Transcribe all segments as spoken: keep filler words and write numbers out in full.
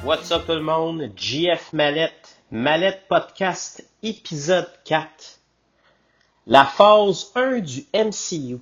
What's up tout le monde? J F Mallette, Mallette Podcast, épisode quatre. La phase un du M C U.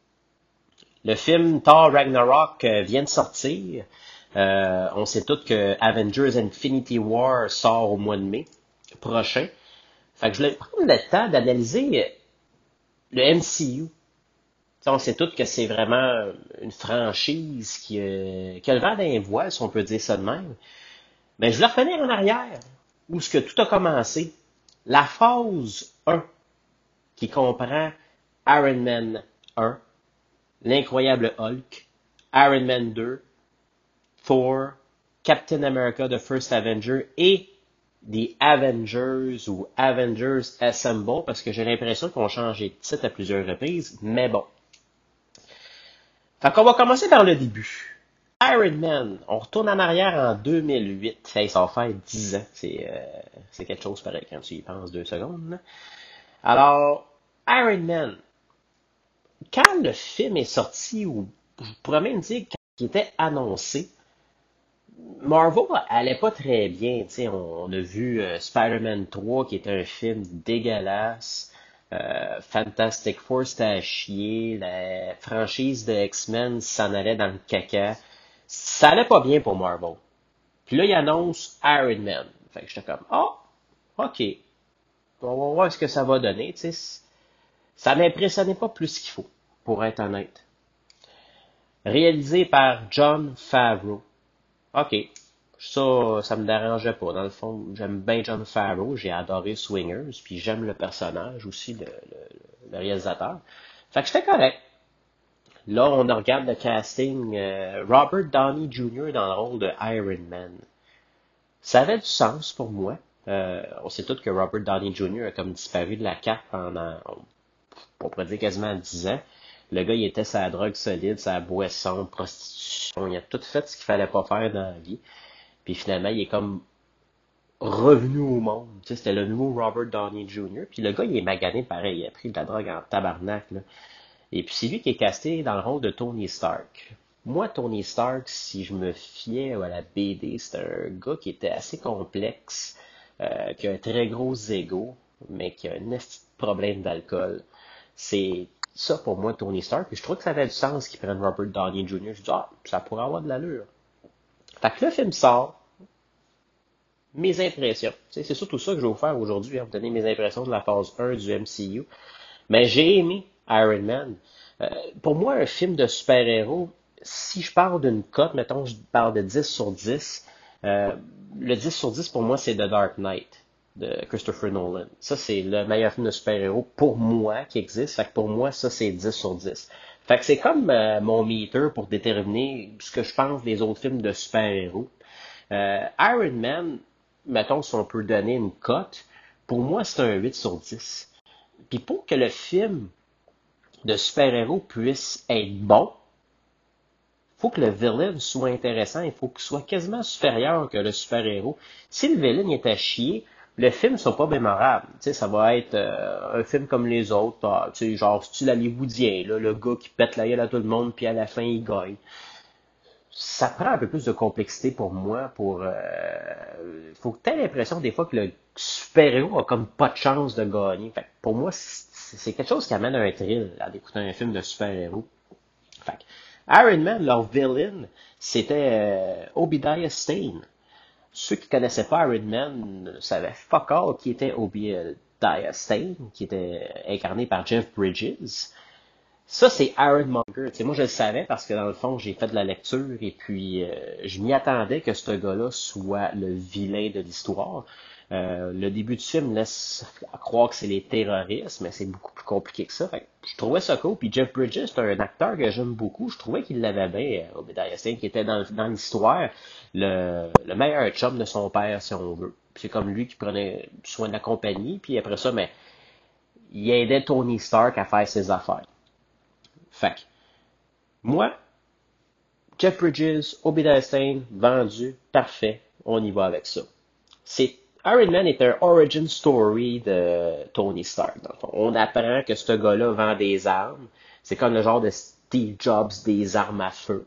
Le film Thor Ragnarok euh, vient de sortir. Euh, on sait tous que Avengers Infinity War sort au mois de mai prochain. Fait que je voulais prendre le temps d'analyser le M C U. T'sais, on sait tous que c'est vraiment une franchise qui, euh, qui a le vent d'un voile, si on peut dire ça de même. Mais je voulais revenir en arrière, où ce que tout a commencé. La phase un, qui comprend Iron Man un, l'Incroyable Hulk, Iron Man deux, Thor, Captain America The First Avenger et The Avengers ou Avengers Assemble, parce que j'ai l'impression qu'on changé de titre à plusieurs reprises, mais bon. Fait qu'on va commencer par le début. Iron Man, on retourne en arrière en deux mille huit. Hey, ça va faire dix ans. C'est, euh, c'est quelque chose pareil quand tu y penses deux secondes. Là. Alors, Iron Man, quand le film est sorti, ou je pourrais même dire quand il était annoncé, Marvel allait pas très bien. T'sais, on, on a vu euh, Spider-Man trois qui était un film dégueulasse. Euh, Fantastic Four c'était à chier. La franchise de X-Men s'en allait dans le caca. Ça allait pas bien pour Marvel. Puis là, il annonce Iron Man. Fait que j'étais comme, oh, ok. On va voir ce que ça va donner. T'sais. Ça m'impressionnait pas plus qu'il faut, pour être honnête. Réalisé par Jon Favreau. Ok. Ça, ça me dérangeait pas. Dans le fond, j'aime bien Jon Favreau. J'ai adoré Swingers. Puis j'aime le personnage aussi, le, le, le réalisateur. Fait que j'étais correct. Là, on regarde le casting. Euh, Robert Downey junior dans le rôle de Iron Man. Ça avait du sens pour moi. Euh, on sait tous que Robert Downey junior a comme disparu de la carte pendant, on pourrait dire quasiment dix ans. Le gars, il était sa drogue solide, sa boisson, prostitution. Il a tout fait ce qu'il fallait pas faire dans la vie. Puis finalement, il est comme revenu au monde. Tu sais, c'était le nouveau Robert Downey junior Puis le gars, il est magané pareil. Il a pris de la drogue en tabarnak, là. Et puis c'est lui qui est casté dans le rôle de Tony Stark. Moi, Tony Stark, si je me fiais à la B D, c'était un gars qui était assez complexe, euh, qui a un très gros ego, mais qui a un petit problème d'alcool. C'est ça pour moi, Tony Stark. Puis je trouve que ça avait du sens qu'ils prennent Robert Downey junior Je dis, ah, ça pourrait avoir de l'allure. Fait que le film sort. Mes impressions. Tu sais, c'est surtout ça que je vais vous faire aujourd'hui, hein, vous donner mes impressions de la phase un du M C U. Mais j'ai aimé Iron Man. Euh, pour moi, un film de super-héros, si je parle d'une cote, mettons, je parle de dix sur dix, euh, le dix sur dix pour moi, c'est The Dark Knight de Christopher Nolan. Ça, c'est le meilleur film de super-héros pour moi qui existe. Fait que pour moi, ça, c'est dix sur dix. Fait que c'est comme euh, mon meter pour déterminer ce que je pense des autres films de super-héros. Euh, Iron Man, mettons, si on peut donner une cote, pour moi, c'est un huit sur dix. Puis pour que le film de super-héros puisse être bon, il faut que le villain soit intéressant, il faut qu'il soit quasiment supérieur que le super-héros. Si le villain est à chier, le film ne sera pas mémorable. Tu sais, ça va être euh, un film comme les autres, ah, tu sais, genre style hollywoodien, là, le gars qui pète la gueule à tout le monde, puis à la fin, il gagne. Ça prend un peu plus de complexité pour moi, pour... Euh, faut que tu aies l'impression des fois que le super-héros a comme pas de chance de gagner. Fait que pour moi, c'est, c'est quelque chose qui amène un thrill à d'écouter un film de super-héros. Fait que Iron Man, leur villain, c'était euh, Obadiah Stane. Ceux qui connaissaient pas Iron Man savaient fuck all qui était Obadiah Stane, qui était incarné par Jeff Bridges. Ça, c'est Ironmonger. Tu sais, moi, je le savais parce que, dans le fond, j'ai fait de la lecture et puis euh, je m'y attendais que ce gars-là soit le vilain de l'histoire. Euh, le début du film laisse croire que c'est les terroristes, mais c'est beaucoup plus compliqué que ça. Fait que je trouvais ça cool. Puis Jeff Bridges, c'est un acteur que j'aime beaucoup. Je trouvais qu'il l'avait bien, euh, Obadiah Stane, qui était dans, dans l'histoire le, le meilleur chum de son père, si on veut. Puis c'est comme lui qui prenait soin de la compagnie. Puis après ça, mais il aidait Tony Stark à faire ses affaires. Fait que, moi, Jeff Bridges, Obadiah Stane, vendu, parfait, on y va avec ça. C'est, Iron Man est un origin story de Tony Stark. Dans le fond. On apprend que ce gars-là vend des armes. C'est comme le genre de Steve Jobs des armes à feu.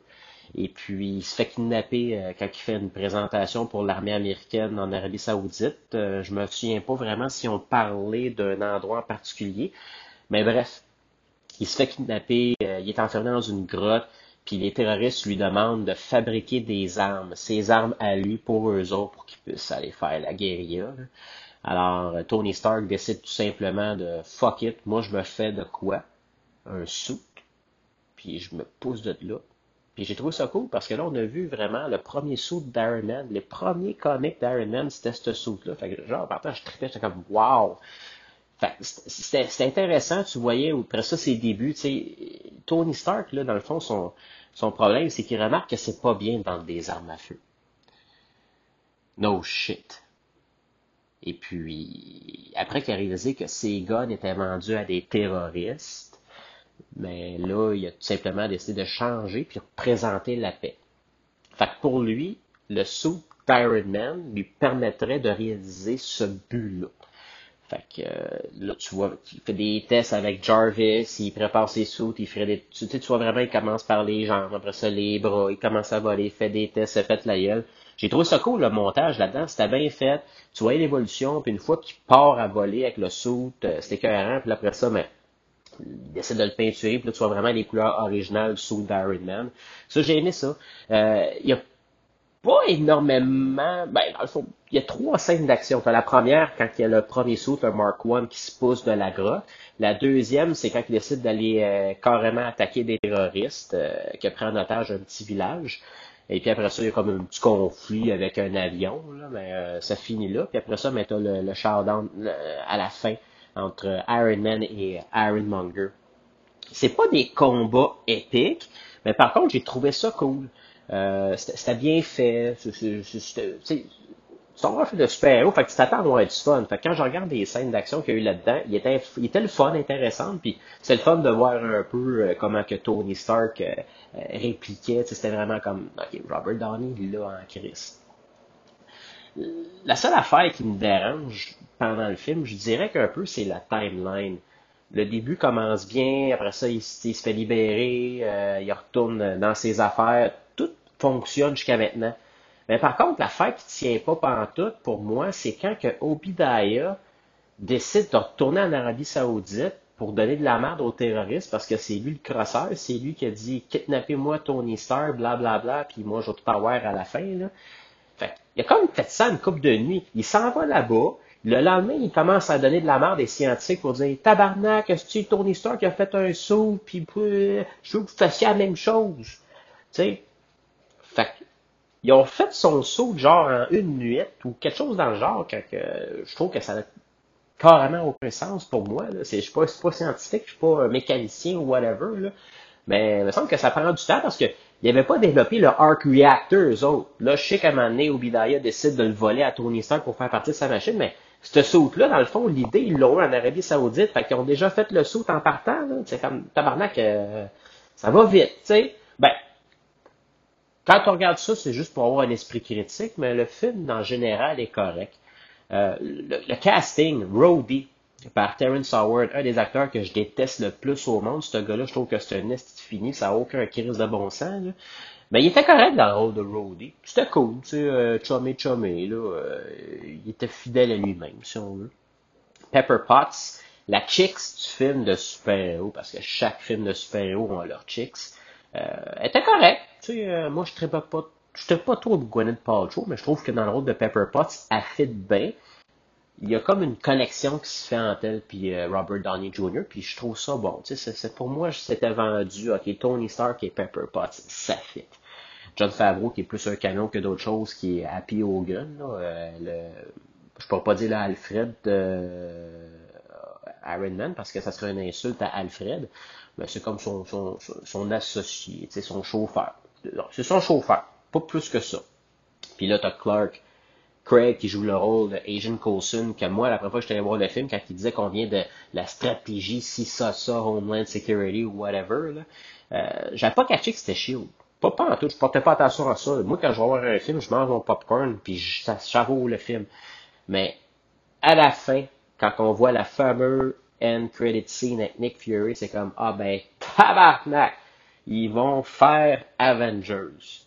Et puis, il se fait kidnapper euh, quand il fait une présentation pour l'armée américaine en Arabie Saoudite. Euh, je me souviens pas vraiment si on parlait d'un endroit en particulier. Mais bref, il se fait kidnapper, euh, il est enfermé dans une grotte, puis les terroristes lui demandent de fabriquer des armes, ses armes à lui pour eux autres, pour qu'ils puissent aller faire la guérilla, là. Alors, euh, Tony Stark décide tout simplement de fuck it, moi je me fais de quoi? Un suit, puis je me pousse de là. Puis j'ai trouvé ça cool parce que là, on a vu vraiment le premier suit d'Iron Man. Les premiers comics d'Iron Man, c'était ce suit-là. Fait que genre, partant, je trippais, j'étais comme wow! Fait que c'était c'était intéressant, tu voyais, après ça, ses débuts, tu sais, Tony Stark, là, dans le fond, son, son problème, c'est qu'il remarque que c'est pas bien de vendre des armes à feu. No shit. Et puis, après qu'il a réalisé que ces guns étaient vendus à des terroristes, mais là, il a tout simplement décidé de changer puis de présenter la paix. Fait que pour lui, le suit d'Iron Man lui permettrait de réaliser ce but-là. Fait que euh, là, tu vois, il fait des tests avec Jarvis, il prépare ses suits, il ferait des. Tu sais, tu vois vraiment, il commence par les jambes, après ça les bras, il commence à voler, il fait des tests, il fait la gueule. J'ai trouvé ça cool, le montage là-dedans, c'était bien fait. Tu voyais l'évolution, puis une fois qu'il part à voler avec le suit, euh, c'était écœurant, puis après ça, mais il essaie de le peinturer, puis là, tu vois vraiment les couleurs originales du suit d'Iron Man. Ça, j'ai aimé ça. Euh, il y a pas énormément. Ben, dans le fond, il y a trois scènes d'action. T'as la première, quand il y a le premier suit, un Mark One qui se pousse de la grotte. La deuxième, c'est quand il décide d'aller euh, carrément attaquer des terroristes euh, qui a pris en otage un petit village. Et puis après ça, il y a comme un petit conflit avec un avion, là, mais euh, ça finit là. Puis après ça, mais t'as le, le showdown le- à la fin entre Iron Man et Ironmonger. C'est pas des combats épiques, mais par contre, j'ai trouvé ça cool. Euh, c'était c'était bien fait. C'est c'est- c'est- c'était- tu sais, c'est un film de super-héros, fait que tu t'attends à avoir du fun. Fait que quand je regarde les scènes d'action qu'il y a eu là-dedans, il était, il était le fun, intéressant, puis c'est le fun de voir un peu euh, comment que Tony Stark euh, euh, répliquait. Tu sais, c'était vraiment comme, ok, Robert Downey, il est là en crise. La seule affaire qui me dérange pendant le film, je dirais qu'un peu, c'est la timeline. Le début commence bien, après ça, il, s- il se fait libérer, euh, il retourne dans ses affaires, tout fonctionne jusqu'à maintenant. Mais par contre, l'affaire qui tient pas pantoute pour moi, c'est quand que Obadiah décide de retourner en Arabie Saoudite pour donner de la merde aux terroristes parce que c'est lui le crosseur, c'est lui qui a dit kidnappez-moi Tony Stark, blablabla, bla, bla, puis moi je vais tout avoir à la fin, là. Fait il a comme fait ça une couple de nuit. Il s'en va là-bas. Le lendemain, il commence à donner de la merde des scientifiques pour dire tabarnak, est-ce que Tony Stark a fait un saut, puis euh, je veux que vous fassiez la même chose. Tu sais, fait que, ils ont fait son saut genre en une nuit ou quelque chose dans le genre quand que, je trouve que ça n'a carrément aucun sens pour moi. Là. C'est, je suis pas, je suis pas scientifique, je suis pas un mécanicien ou whatever. Là. Mais il me semble que ça prend du temps parce que ils n'avaient pas développé le Arc Reactor, eux autres. Là, je sais qu'à un moment donné, Obadiah décide de le voler à Tony Stark pour faire partie de sa machine, mais ce saut-là, dans le fond, l'idée, ils l'ont eu en Arabie Saoudite, fait qu'ils ont déjà fait le saut en partant, là. C'est comme, tabarnak, euh, ça va vite, tu sais. Ben, quand on regarde ça, c'est juste pour avoir un esprit critique, mais le film, en général, est correct. Euh, le, le casting, Rhodey, par Terrence Howard, un des acteurs que je déteste le plus au monde. Ce gars-là, je trouve que c'est un esti fini, ça n'a aucun crise de bon sens. Là. Mais il était correct dans le rôle de Rhodey. C'était cool, tu sais, euh, chumé chumé, là. Euh, il était fidèle à lui-même, si on veut. Pepper Potts, la chicks du film de super-héros, parce que chaque film de super-héros a leurs chicks, euh, était correct. Tu sais, euh, moi, je ne pas, je pas trop de Gwyneth Paltrow, mais je trouve que dans le rôle de Pepper Potts, elle fit bien. Il y a comme une connexion qui se fait entre elle puis euh, Robert Downey junior Puis je trouve ça bon. Tu sais, c'est, c'est- pour moi, c'était vendu. Ok, Tony Stark et Pepper Potts, ça fit. John Favreau, qui est plus un canon que d'autres choses, qui est Happy Hogan. Là, euh, le, je pourrais pas dire l'Alfred de Iron Man parce que ça serait une insulte à Alfred. Mais c'est comme son, son, son, son associé, tu sais, son chauffeur. C'est son chauffeur, pas plus que ça. Puis là, t'as Clark Craig qui joue le rôle de Agent Coulson, que moi, la première fois que je suis allé voir le film, quand il disait qu'on vient de la stratégie si ça, ça, Homeland Security ou whatever, là, euh, j'avais pas catché que c'était Shield. Pas, pas en tout, je portais pas attention à ça. Moi, quand je vais voir un film, je mange mon popcorn, puis je, ça savoure le film. Mais à la fin, quand on voit la fameuse end credit scene avec Nick Fury, c'est comme, ah ben, tabarnak! ils vont faire Avengers.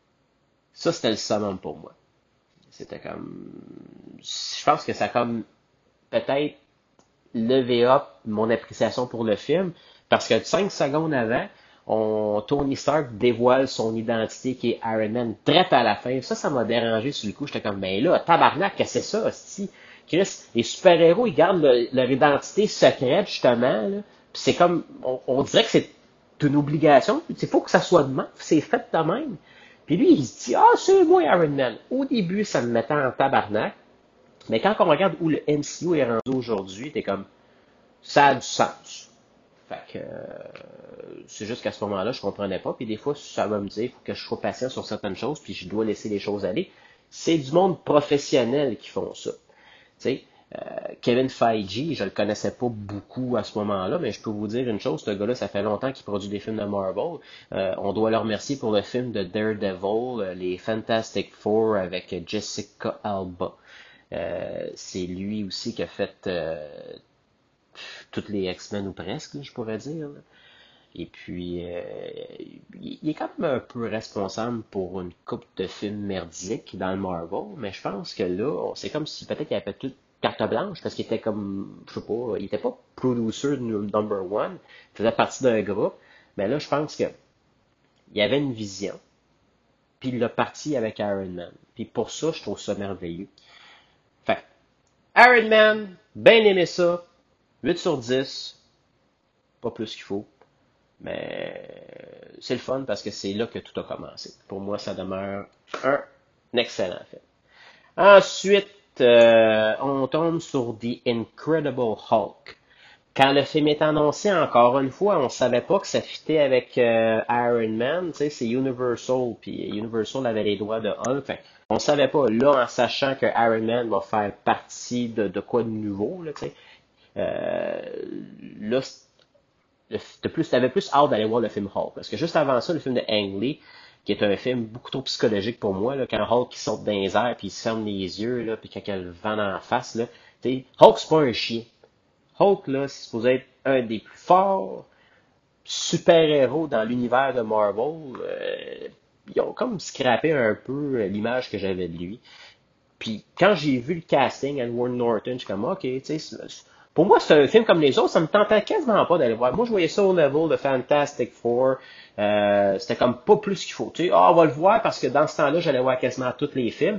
Ça, c'était le summum pour moi. C'était comme... Je pense que ça a comme peut-être levé up mon appréciation pour le film, parce que cinq secondes avant, on, Tony Stark dévoile son identité qui est Iron Man, direct à la fin. Ça, ça m'a dérangé sur le coup. J'étais comme, ben là, tabarnak, qu'est-ce que c'est ça, hostie? Chris, les super-héros, ils gardent le- leur identité secrète, justement, là. Puis c'est comme, on, on dirait que c'est une obligation. Il faut que ça soit de même. C'est fait de même. Puis lui, il se dit, ah, c'est moi Iron Man. Au début, ça me mettait en tabarnak. Mais quand on regarde où le M C U est rendu aujourd'hui, t'es comme, ça a du sens. Fait que euh, c'est juste qu'à ce moment-là, je comprenais pas. Puis des fois, ça va me dire, il faut que je sois patient sur certaines choses, puis je dois laisser les choses aller. C'est du monde professionnel qui font ça. Tu sais, euh, Kevin Feige, je le connaissais pas beaucoup à ce moment-là, mais je peux vous dire une chose, ce gars-là, ça fait longtemps qu'il produit des films de Marvel. Euh, on doit le remercier pour le film de Daredevil, euh, les Fantastic Four avec Jessica Alba. Euh, c'est lui aussi qui a fait euh, toutes les X-Men ou presque, là, je pourrais dire. Là. Et puis, euh, il il est quand même un peu responsable pour une couple de films merdiques dans le Marvel, mais je pense que là, c'est comme si peut-être qu'il avait toute carte blanche, parce qu'il était comme, je sais pas, il était pas producer number one, il faisait partie d'un groupe, mais là, je pense que il y avait une vision, puis il l'a parti avec Iron Man. Puis pour ça, je trouve ça merveilleux. Fait que, Iron Man, bien aimé ça, huit sur dix, pas plus qu'il faut. Mais c'est le fun parce que c'est là que tout a commencé. Pour moi, ça demeure un excellent film. Ensuite, euh, on tombe sur The Incredible Hulk. Quand le film est annoncé, encore une fois, on savait pas que ça fitait avec euh, Iron Man. Tu sais, c'est Universal, puis Universal avait les droits de Hulk. Fait, on savait pas, là, en sachant que Iron Man va faire partie de, de quoi de nouveau, là, tu sais. Euh, là, de plus, t'avais plus hâte d'aller voir le film Hulk. Parce que juste avant ça, le film de Ang Lee, qui est un film beaucoup trop psychologique pour moi, là, quand Hulk qui saute dans les airs, puis il se ferme les yeux, là, puis quand il y a le vent en face, là, t'sais, Hulk, c'est pas un chien. Hulk, là, c'est supposé être un des plus forts super-héros dans l'univers de Marvel. Euh, ils ont comme scrappé un peu l'image que j'avais de lui. Puis quand j'ai vu le casting, Edward Norton, je suis comme, ok, tu sais, pour moi, c'est un film comme les autres, ça me tentait quasiment pas d'aller voir. Moi, je voyais ça au level de Fantastic Four. Euh, c'était comme pas plus qu'il faut. Tu sais, ah, on va le voir parce que dans ce temps-là, j'allais voir quasiment tous les films,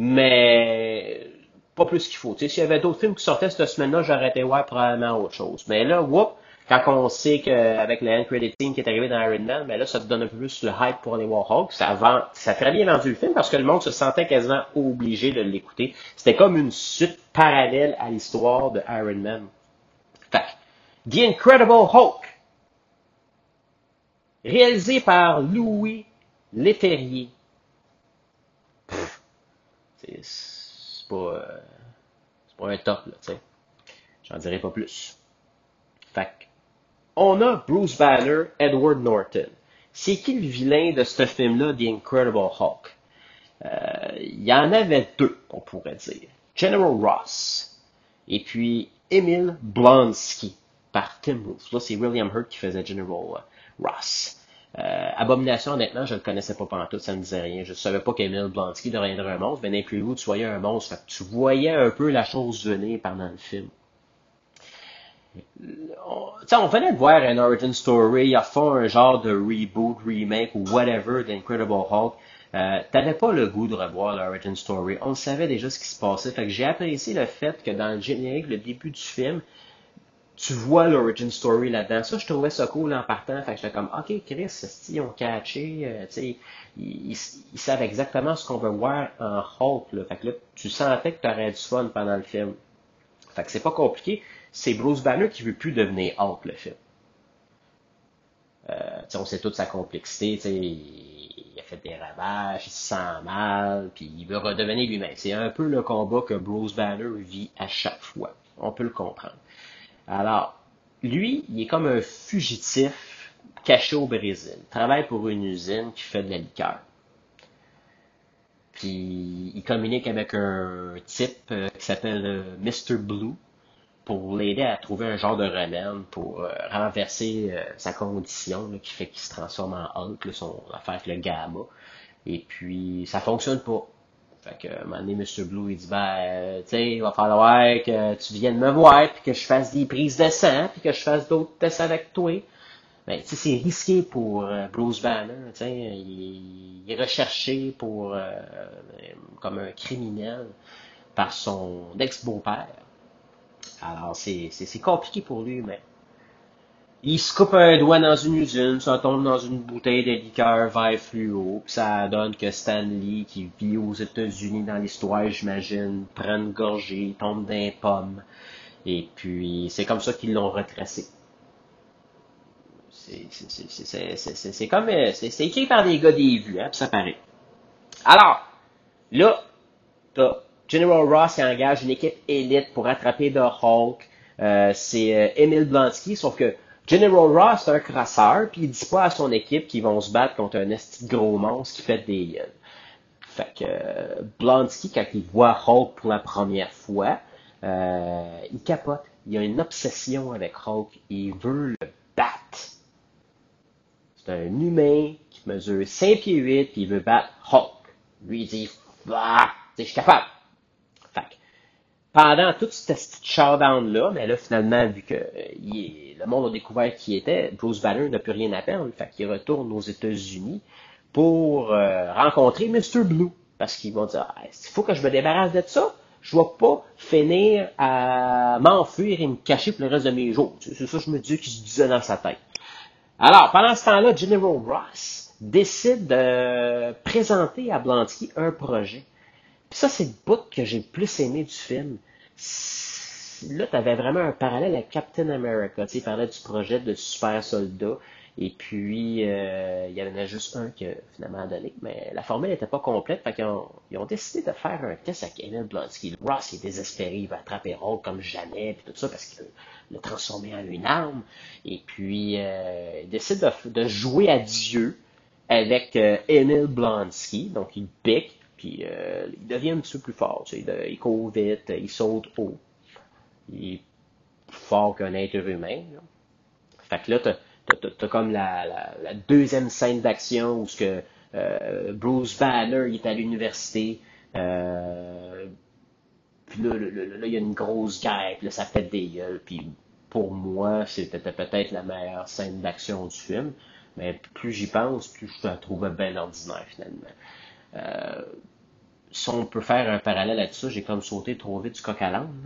mais pas plus qu'il faut. Tu sais, s'il y avait d'autres films qui sortaient cette semaine-là, j'aurais été voir probablement autre chose. Mais là, whoop, quand on sait qu'avec le end credit team qui est arrivé dans Iron Man, ben là, ça te donne un peu plus le hype pour aller voir Hulk. Ça, vend, ça a très bien vendu le film parce que le monde se sentait quasiment obligé de l'écouter. C'était comme une suite parallèle à l'histoire de Iron Man. Fait que, The Incredible Hulk, réalisé par Louis Leterrier. C'est, c'est pas, euh, c'est pas un top, là, tu sais. J'en dirai pas plus. Fait que, on a Bruce Banner, Edward Norton. C'est qui le vilain de ce film-là, The Incredible Hulk? Euh, Il y en avait deux, on pourrait dire. General Ross et puis Emil Blonsky par Tim Ruth. Là, c'est William Hurt qui faisait General Ross. Euh, Abomination, honnêtement, je ne le connaissais pas pantoute, ça ne me disait rien. Je ne savais pas qu'Emil Blonsky deviendrait un monstre, mais plus haut, tu voyais un monstre. Fait que tu voyais un peu la chose venir pendant le film. On, on venait de voir un origin story, ils font un genre de reboot, remake ou whatever d'Incredible Hulk. Euh, T'avais pas le goût de revoir l'origin story. On savait déjà ce qui se passait. Fait que j'ai apprécié le fait que dans le générique, le début du film, tu vois l'origin story là-dedans. Ça, je trouvais ça cool en partant. Fait que j'étais comme, ok, Chris, ils ont catché, euh, tu sais, ils, ils, ils savent exactement ce qu'on veut voir en Hulk, là. Fait que là, tu sentais que t'aurais du fun pendant le film. Fait que c'est pas compliqué. C'est Bruce Banner qui veut plus devenir Hulk, le film. Euh, on sait toute sa complexité, t'sais, il, il a fait des ravages, il se sent mal, puis il veut redevenir lui-même. C'est un peu le combat que Bruce Banner vit à chaque fois. On peut le comprendre. Alors, lui, il est comme un fugitif caché au Brésil. Il travaille pour une usine qui fait de la liqueur. Puis, il communique avec un type euh, qui s'appelle euh, mister Blue. pour l'aider à trouver un genre de remède pour euh, renverser euh, sa condition là, qui fait qu'il se transforme en Hulk, là, son affaire avec le gamma. Et puis, ça fonctionne pas. Fait que, à un moment donné, monsieur Blue, il dit, ben, euh, tu sais, il va falloir que tu viennes me voir, puis que je fasse des prises de sang, puis que je fasse d'autres tests avec toi. Ben, tu sais, c'est risqué pour euh, Bruce Banner, tu sais, il, il est recherché pour, euh, comme un criminel par son ex-beau-père. Alors, c'est, c'est, c'est compliqué pour lui, mais il se coupe un doigt dans une usine, ça tombe dans une bouteille de liqueur vert fluo, puis ça donne que Stan Lee, qui vit aux États-Unis dans l'histoire, j'imagine, prend une gorgée, tombe dans les pommes, et puis c'est comme ça qu'ils l'ont retracé. C'est, c'est, c'est, c'est, c'est, c'est, c'est comme, euh, c'est, c'est écrit par des gars des vues, hein, puis ça paraît. Alors, là, t'as General Ross qui engage une équipe élite pour attraper The Hulk. Euh, c'est euh, Emile Blonsky, sauf que General Ross, c'est un crasseur, puis il dit pas à son équipe qu'ils vont se battre contre un esti de gros monstre qui fait des gueules. Fait que euh, Blonsky, quand il voit Hulk pour la première fois, euh, il capote. Il a une obsession avec Hulk. Il veut le battre. C'est un humain qui mesure cinq pieds huit, puis il veut battre Hulk. Lui, il dit, ah, je suis capable. Fait que, pendant tout ce petit showdown-là, mais là, finalement, vu que euh, il est- le monde a découvert qui il était, Bruce Banner n'a plus rien à perdre, fait qu'il retourne aux États-Unis pour euh, rencontrer mister Blue. Parce qu'ils vont dire, ah, il faut que je me débarrasse de ça. Je ne vais pas finir à m'enfuir et me cacher pour le reste de mes jours. C'est c'est ça que je me dis qu'il se disait dans sa tête. Alors, pendant ce temps-là, General Ross décide de présenter à Blonsky un projet. Puis ça, c'est le bout que j'ai le plus aimé du film. Là, tu avais vraiment un parallèle avec Captain America. Tu sais, il parlait du projet de super soldat. Et puis, euh, il y en avait juste un qui a finalement donné. Mais la formule n'était pas complète. Fait qu'ils ont, ils ont décidé de faire un test avec Emile Blonsky. Ross il est désespéré. Il va attraper Hulk comme jamais. Puis tout ça parce qu'il veut le transformer en une arme. Et puis, euh, il décide de, de jouer à Dieu avec euh, Emile Blonsky. Donc, il pique. Puis euh, il devient un petit peu plus fort. Tu sais, il, il court vite, il saute haut. Il est plus fort qu'un être humain. Là. Fait que là, t'as, t'as, t'as comme la, la, la deuxième scène d'action où ce que euh, Bruce Banner il est à l'université. Euh, puis là, là, là, là, il y a une grosse guerre, puis là, ça pète des gueules. Puis pour moi, c'était peut-être la meilleure scène d'action du film. Mais plus j'y pense, plus je la trouvais bien ordinaire finalement. Euh, si on peut faire un parallèle avec ça, j'ai comme sauté trop vite du coq à l'âne.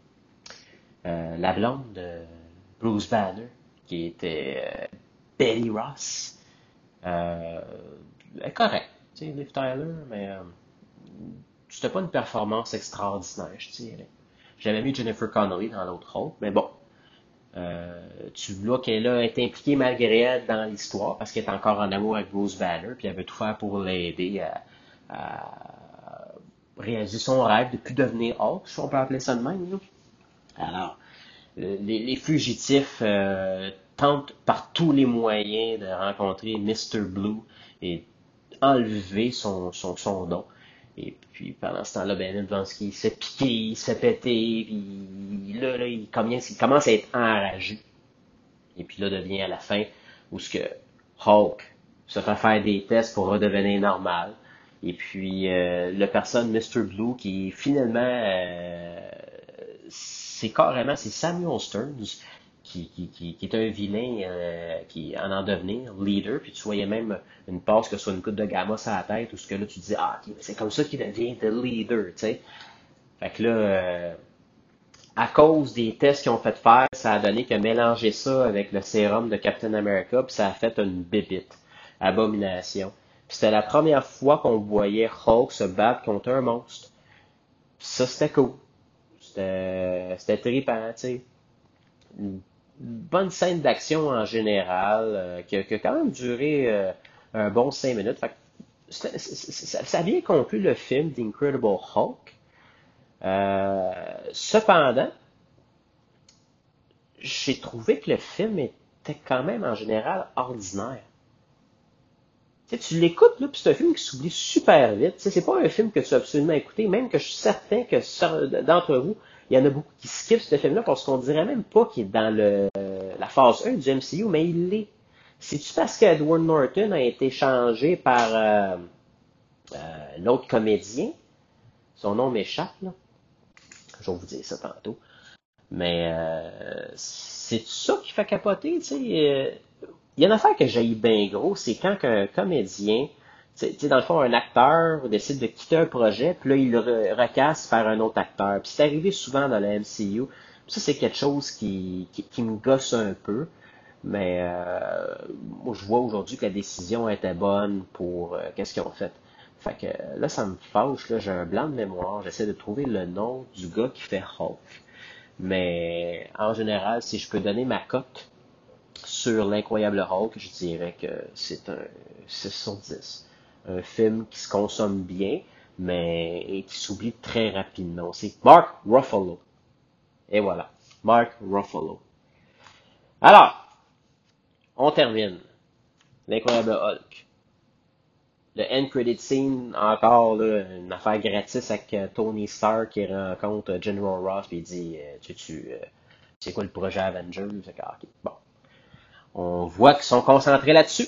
Euh, la blonde de Bruce Banner, qui était euh, Betty Ross, euh, elle est correcte, tu sais, Liv Tyler, mais euh, c'était pas une performance extraordinaire, je dirais. J'avais mis Jennifer Connelly dans l'autre rôle, mais bon, euh, tu vois qu'elle a été impliquée malgré elle dans l'histoire, parce qu'elle est encore en amour avec Bruce Banner, puis elle veut tout faire pour l'aider à, à réaliser son rêve de plus devenir Hulk, si on peut appeler ça de même. Là. Alors, les, les fugitifs euh, tentent par tous les moyens de rencontrer mister Blue et enlever son, son, son nom. Et puis pendant ce temps-là, Ben Blonsky il se fait piquer, il se fait péter, puis là, là il, commence, il commence à être enragé. Et puis là, devient à la fin où ce que Hulk se fait faire des tests pour redevenir normal. Et puis euh, le personne mister Blue qui finalement euh, c'est carrément c'est Samuel Stearns qui, qui, qui, qui est un vilain euh, qui en en devenir leader, puis tu voyais même une passe que sur une coupe de gamma sur la tête, où ce que là tu dis ah okay, c'est comme ça qu'il devient le leader, tu sais. Fait que là, euh, à cause des tests qu'ils ont fait faire, ça a donné que mélanger ça avec le sérum de Captain America, puis ça a fait une bébite, abomination. Puis c'était la première fois qu'on voyait Hulk se battre contre un monstre. Puis ça c'était cool. C'était, c'était trippant, tu sais. Une bonne scène d'action en général, euh, qui, a, qui a quand même duré euh, un bon cinq minutes. Fait que c'était- ça, ça a bien conclu le film d'Incredible Hulk. Euh, cependant, j'ai trouvé que le film était quand même en général ordinaire. Tu sais, tu l'écoutes, là, puis c'est un film qui s'oublie super vite. Tu sais, c'est pas un film que tu as absolument écouté, même que je suis certain que d'entre vous, il y en a beaucoup qui skippent ce film-là parce qu'on dirait même pas qu'il est dans le, la phase un du M C U, mais il l'est. C'est-tu parce qu'Edward Norton a été changé par euh, euh, l'autre comédien? Son nom m'échappe, là. Je vais vous dire ça tantôt. Mais euh, c'est ça qui fait capoter, tu sais. Euh, il y a une affaire que j'ai bien gros, c'est quand un comédien, tu sais, dans le fond, un acteur décide de quitter un projet, puis là, il le re- recasse par un autre acteur. Puis c'est arrivé souvent dans le M C U. Puis ça, c'est quelque chose qui, qui, qui me gosse un peu. Mais euh, moi, je vois aujourd'hui que la décision était bonne pour euh, qu'est-ce qu'ils ont fait. Fait que là, ça me fâche, là, j'ai un blanc de mémoire. J'essaie de trouver le nom du gars qui fait Hulk. Mais en général, si je peux donner ma cote sur l'incroyable Hulk, je dirais que c'est un six sur dix. Un film qui se consomme bien, mais qui s'oublie très rapidement. C'est Mark Ruffalo. Et voilà, Mark Ruffalo. Alors, on termine. L'incroyable Hulk. Le end credit scene, encore là, une affaire gratis avec euh, Tony Stark qui rencontre euh, General Ross puis il dit euh, tu tu euh, c'est quoi le projet Avengers? C'est que, ok, bon. On voit qu'ils sont concentrés là-dessus.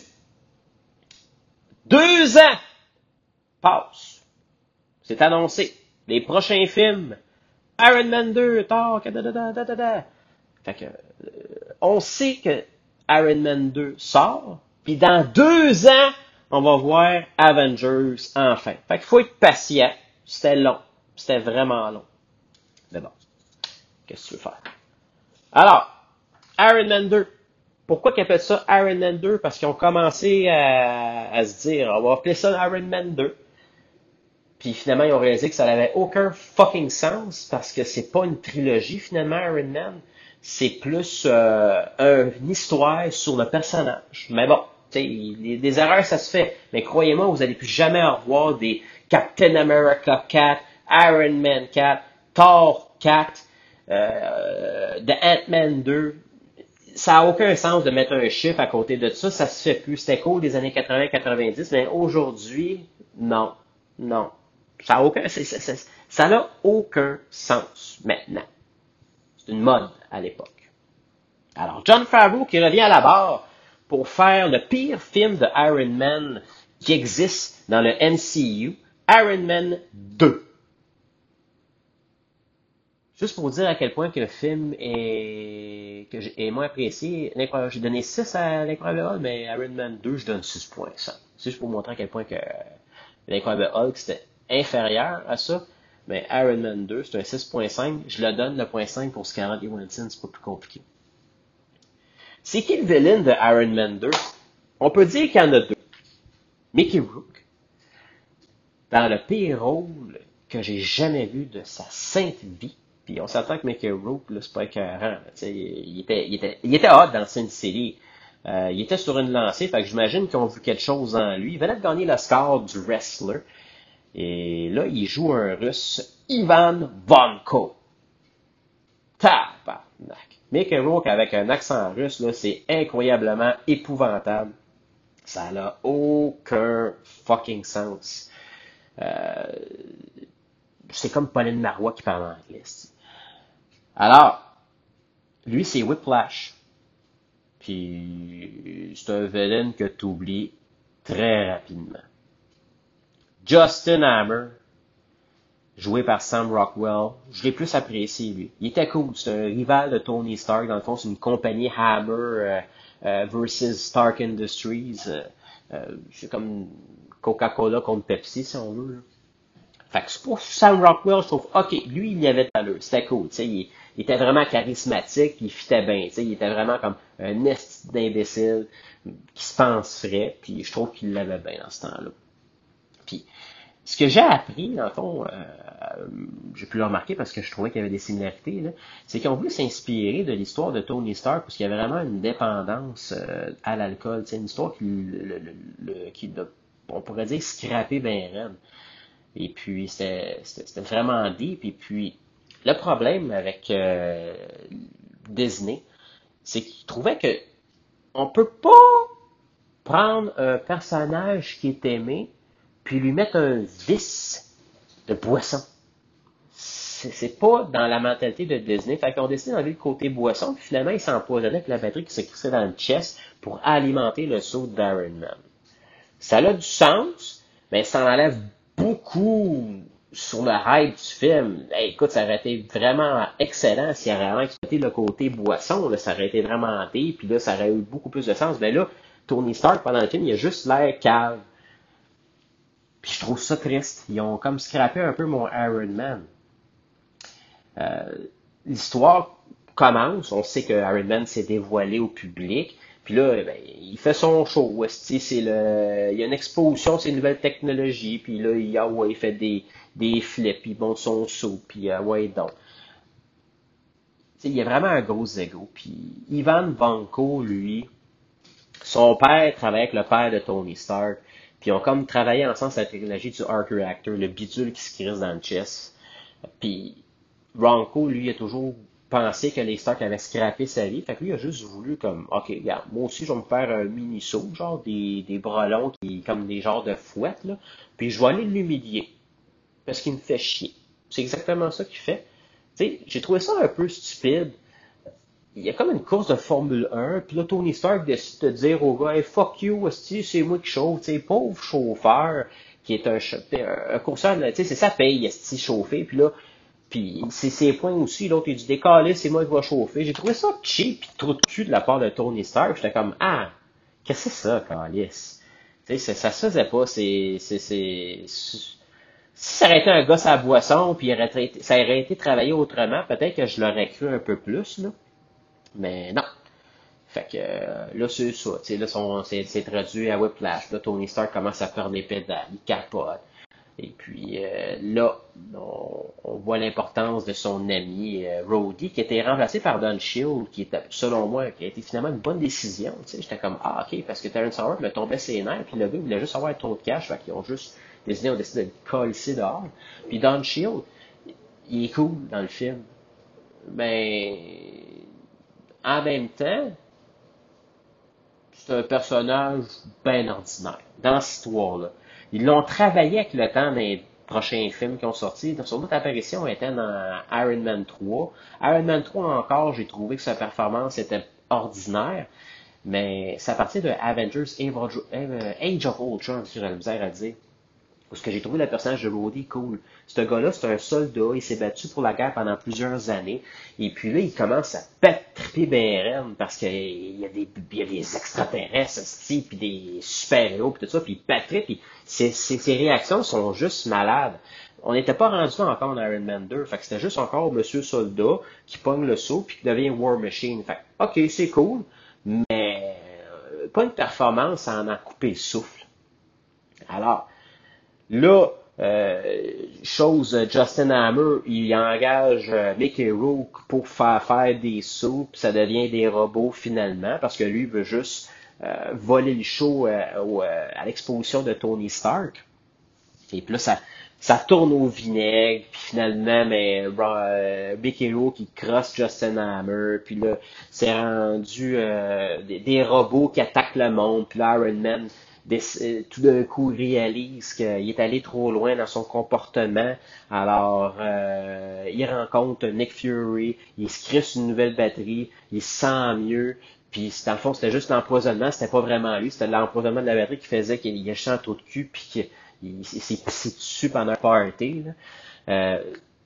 Deux ans passent. C'est annoncé. Les prochains films. Iron Man deux, Thor, da da da da da da. Fait que, euh, on sait que Iron Man deux sort, puis dans deux ans, on va voir Avengers enfin. Fait qu'il faut être patient. C'était long. C'était vraiment long. Mais bon, qu'est-ce que tu veux faire? Alors, Iron Man deux. Pourquoi qu'ils appellent ça Iron Man deux? Parce qu'ils ont commencé à, à se dire, on va appeler ça Iron Man deux. Puis finalement, ils ont réalisé que ça n'avait aucun fucking sens parce que c'est pas une trilogie finalement, Iron Man. C'est plus euh, une histoire sur le personnage. Mais bon, tu sais, des erreurs, ça se fait. Mais croyez-moi, vous n'allez plus jamais revoir des Captain America quatre, Iron Man quatre, Thor quatre, euh, The Ant-Man deux. Ça n'a aucun sens de mettre un chiffre à côté de ça. Ça se fait plus. C'était cool des années quatre-vingts quatre-vingt-dix, mais aujourd'hui, non. Non. Ça n'a aucun, c'est- c'est- c'est- ça n'a aucun sens maintenant. C'est une mode à l'époque. Alors, Jon Favreau qui revient à la barre pour faire le pire film de Iron Man qui existe dans le M C U, Iron Man deux. Juste pour vous dire à quel point que le film est, que j'ai est moins apprécié, l'incroyable- j'ai donné six à l'incroyable Hulk, mais Iron Man deux, je donne six virgule cinq. C'est juste pour montrer à quel point que l'incroyable Hulk, c'était inférieur à ça. Mais Iron Man deux, c'est un six virgule cinq. Je le donne, le point cinq pour Scarlett Johansson, c'est pas plus compliqué. C'est qui le villain de Iron Man deux? On peut dire qu'il y en a deux. Mickey Rourke, dans le pire rôle que j'ai jamais vu de sa sainte vie. Puis on s'attend que Mickey Rourke, là, c'est pas écœurant. Il était, il, était, il était hot dans une série. Euh, il était sur une lancée, fait que j'imagine qu'ils ont vu quelque chose en lui. Il venait de gagner le score du wrestler. Et là, il joue un russe, Ivan Vanko. Tabarnak. Mickey Rourke avec un accent russe, là, c'est incroyablement épouvantable. Ça n'a aucun fucking sens. Euh, c'est comme Pauline Marois qui parle anglais. Alors, lui, c'est Whiplash. Puis, c'est un villain que tu oublies très rapidement. Justin Hammer, joué par Sam Rockwell, je l'ai plus apprécié, lui. Il était cool, c'est un rival de Tony Stark, dans le fond, c'est une compagnie Hammer euh, euh, versus Stark Industries. Euh, euh, c'est comme Coca-Cola contre Pepsi, si on veut. Là. Fait que pour Sam Rockwell, je trouve, ok, lui, il y avait de l'allure, c'était cool, tu sais, il, il était vraiment charismatique, puis il fitait bien, tu sais, il était vraiment comme un esti d'imbécile qui se pense frais, puis je trouve qu'il l'avait bien dans ce temps-là. Puis, ce que j'ai appris, dans le fond, euh, j'ai pu le remarquer parce que je trouvais qu'il y avait des similarités, là, c'est qu'ils ont voulu s'inspirer de l'histoire de Tony Stark parce qu'il y avait vraiment une dépendance euh, à l'alcool, c'est une histoire qui, le, le, le, qui on pourrait dire, scrappé ben raide. Et puis, c'était, c'était, c'était vraiment deep. Et puis, le problème avec euh, Disney, c'est qu'ils trouvaient que on peut pas prendre un personnage qui est aimé puis lui mettre un vice de boisson. c'est, c'est pas dans la mentalité de Disney. Fait qu'ils ont décidé d'enlever le côté boisson, puis finalement, ils s'empoisonnaient avec la batterie qui se crissait dans le chest pour alimenter le saut d'Iron Man. Ça a du sens, mais ça enlève beaucoup sur le hype du film. Hey, écoute, ça aurait été vraiment excellent s'il y avait vraiment exploité le côté boisson, là, ça aurait été vraiment deep, puis là, ça aurait eu beaucoup plus de sens. Mais là, Tony Stark, pendant le film, il a juste l'air cave. Puis je trouve ça triste. Ils ont comme scrappé un peu mon Iron Man. Euh, l'histoire commence, on sait que Iron Man s'est dévoilé au public, puis là, ben, il fait son show. C'est le, il y a une exposition de ces nouvelles technologies, puis là, il, ah ouais, il fait des, des flips, puis bon, son saut, puis ah ouais, donc. T'sais, il y a vraiment un gros ego. Puis Ivan Vanko, lui, son père travaillait avec le père de Tony Stark, puis ils ont comme travaillé ensemble sur la technologie du Arc Reactor, le bidule qui se crisse dans le chest. Puis Ronco, lui, a toujours pensé que les Stark avaient scrappé sa vie. Fait que lui, il a juste voulu comme, OK, regarde, moi aussi, je vais me faire un mini-saut, genre des, des bras longs, qui, comme des genres de fouettes, là. Puis je vais aller l'humilier. Parce qu'il me fait chier. C'est exactement ça qu'il fait. Tu sais, j'ai trouvé ça un peu stupide. Il y a comme une course de Formule un, puis là, Tony Stark décide de dire au gars, hey, fuck you, esti, c'est moi qui chauffe, tu sais, pauvre chauffeur, qui est un, un, un courseur, tu sais, c'est sa paye, esti, chauffer, puis là, puis c'est ses points aussi, l'autre il dit décalé, c'est moi qui vais chauffer. J'ai trouvé ça cheap pis trop de cul de la part de Tony Stark. J'étais comme ah, qu'est-ce que c'est ça, Calice? Tu sais, ça se faisait pas, c'est. c'est, c'est, Si ça aurait été un gars à la boisson, puis ça aurait été travaillé autrement, peut-être que je l'aurais cru un peu plus, là. Mais non. Fait que euh, là, c'est ça. Tu sais, là, son, c'est, c'est traduit à Whiplash. Là, Tony Stark commence à perdre les pédales, il capote. Et puis euh, là, on, on voit l'importance de son ami euh, Rhodey, qui était remplacé par Don Shield, qui était, selon moi, qui a été finalement une bonne décision. Tu sais, j'étais comme ah ok, parce que Terrence Howard me tombait ses nerfs, puis le gars il voulait juste avoir un ton de cash, fait qu'ils ont juste décidé, ont décidé de le coller dehors. Puis Don Shield, il est cool dans le film, mais en même temps, c'est un personnage bien ordinaire dans cette histoire-là. Ils l'ont travaillé avec le temps dans les prochains films qui ont sorti. Son autre apparition était dans Iron Man trois. Iron Man trois encore, j'ai trouvé que sa performance était ordinaire, mais c'est à partir de Avengers Age of Ultron, si j'ai la misère à dire, parce que j'ai trouvé le personnage de Rhodey cool. Ce gars-là, c'est un soldat, il s'est battu pour la guerre pendant plusieurs années, et puis là, il commence à pétriper ben raide, parce qu'il y a des, il y a des extraterrestres, puis des super-héros, puis tout ça, puis il pétripe, puis ses, ses, ses réactions sont juste malades. On n'était pas rendu là encore dans Iron Man deux, fait que c'était juste encore Monsieur Soldat qui pogne le saut, puis qui devient War Machine. Fait que, ok, c'est cool, mais euh, pas une performance à en en couper le souffle. Alors, là, euh, chose, Justin Hammer, il engage euh, Mickey Rourke pour faire faire des sauts, puis ça devient des robots finalement, parce que lui il veut juste euh, voler le show euh, au, euh, à l'exposition de Tony Stark. Et puis là, ça, ça tourne au vinaigre, puis finalement, mais euh, Mickey Rourke qui crosse Justin Hammer, puis là, c'est rendu euh, des, des robots qui attaquent le monde, puis là, Iron Man tout d'un coup réalise qu'il est allé trop loin dans son comportement. Alors, euh, il rencontre Nick Fury, il se crée une nouvelle batterie, il se sent mieux. Puis, dans le fond, c'était juste l'empoisonnement, c'était pas vraiment lui, c'était l'empoisonnement de la batterie qui faisait qu'il a un taux de cul, puis qu'il s'est pissé dessus pendant un party. Là. Euh,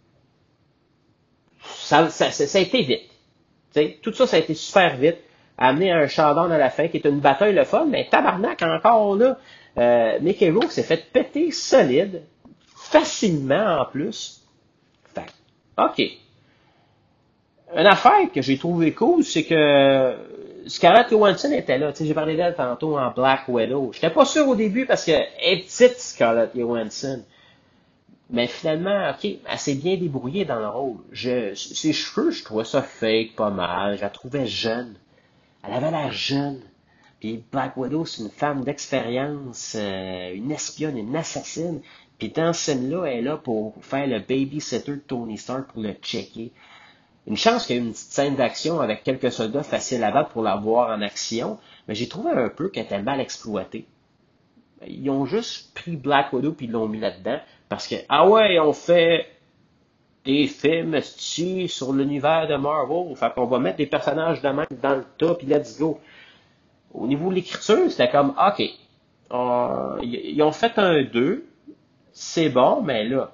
ça, ça, ça, ça a été vite. T'sais, tout ça, ça a été super vite. Amené à un showdown à la fin, qui est une bataille le fun, mais tabarnak encore là, euh, Mickey Rourke s'est fait péter solide, facilement en plus. Fait, ok. Une affaire que j'ai trouvé cool, c'est que Scarlett Johansson était là. Tu sais, j'ai parlé d'elle tantôt en Black Widow. J'étais pas sûr au début parce qu'elle est petite, Scarlett Johansson. Mais finalement, ok, elle s'est bien débrouillée dans le rôle. Je, ses cheveux, je trouvais ça fake pas mal. Je la trouvais jeune. Elle avait l'air jeune. Puis Black Widow, c'est une femme d'expérience, euh, une espionne, une assassine. Puis dans ce scène-là, elle est là pour faire le babysitter de Tony Stark pour le checker. Une chance qu'il y ait une petite scène d'action avec quelques soldats faciles à battre pour la voir en action, mais j'ai trouvé un peu qu'elle était mal exploitée. Ils ont juste pris Black Widow puis ils l'ont mis là-dedans, parce que, ah ouais, on fait des films esti, sur l'univers de Marvel. Fait qu'on va mettre des personnages de même dans le tas, puis let's go. Au niveau de l'écriture, c'était comme, OK, euh, ils ont fait un deux, c'est bon, mais là,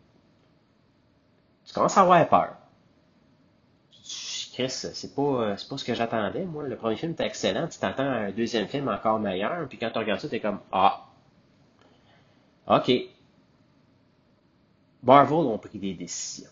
tu commences à avoir peur. Chris, c'est pas, c'est pas ce que j'attendais, moi. Le premier film était excellent, tu t'attends à un deuxième film encore meilleur, puis quand tu regardes ça, t'es comme, ah, OK. Marvel ont pris des décisions.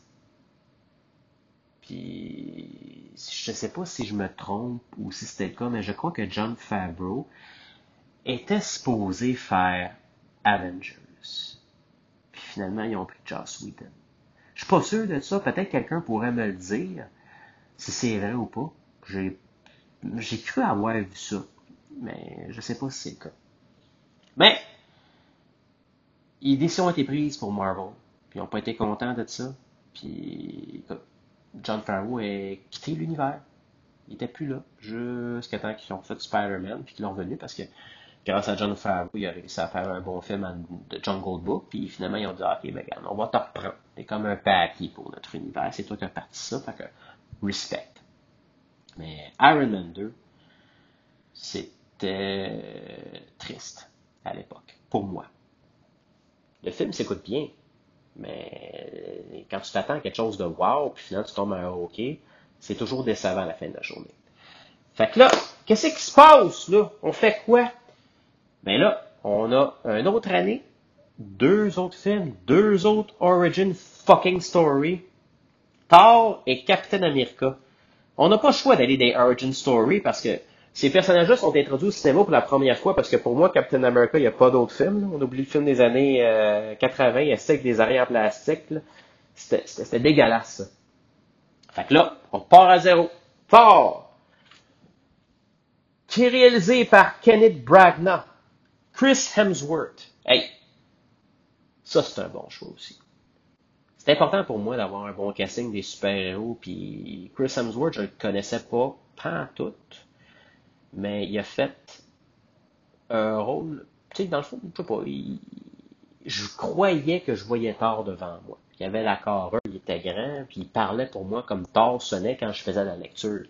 Puis, je sais pas si je me trompe ou si c'était le cas, mais je crois que Jon Favreau était supposé faire Avengers. Puis finalement, ils ont pris Joss Whedon. Je suis pas sûr de ça. Peut-être quelqu'un pourrait me le dire, si c'est vrai ou pas. J'ai, j'ai cru avoir vu ça, mais je sais pas si c'est le cas. Mais, les décisions ont été prises pour Marvel. Puis ils n'ont pas été contents de ça. Puis, écoute, Jon Favreau a quitté l'univers. Il était plus là. Jusqu'à temps qu'ils ont fait Spider-Man, puis qu'ils l'ont revenu, parce que grâce à Jon Favreau, il a réussi à faire un bon film de Jungle Book, puis finalement, ils ont dit, OK, ben regarde, on va te reprendre. T'es comme un paquet pour notre univers. C'est toi qui as parti ça, fait que, respect. Mais Iron Man deux, c'était triste à l'époque, pour moi. Le film s'écoute bien, mais quand tu t'attends à quelque chose de wow, puis finalement tu tombes à un OK, c'est toujours décevant à la fin de la journée. Fait que là, qu'est-ce qui se passe, là? On fait quoi? Ben là, on a une autre année, deux autres films, deux autres origin fucking story, Thor et Captain America. On n'a pas le choix d'aller des origin story parce que ces personnages-là sont introduits au cinéma pour la première fois parce que pour moi, Captain America, il n'y a pas d'autres films. Là. On oublie le film des années euh, quatre-vingts, il y a avec des arrières plastiques. Là. C'était, c'était, c'était dégueulasse, ça. Fait que là, on part à zéro. Thor, qui est réalisé par Kenneth Branagh, Chris Hemsworth. Hey, ça c'est un bon choix aussi. C'est important pour moi d'avoir un bon casting des super-héros, puis Chris Hemsworth, je le connaissais pas, pas en tout, mais il a fait un rôle, tu sais, dans le fond, je sais pas, il, je croyais que je voyais Thor devant moi. Il y avait la carrure, il était grand, puis il parlait pour moi comme Thor sonnait quand je faisais la lecture.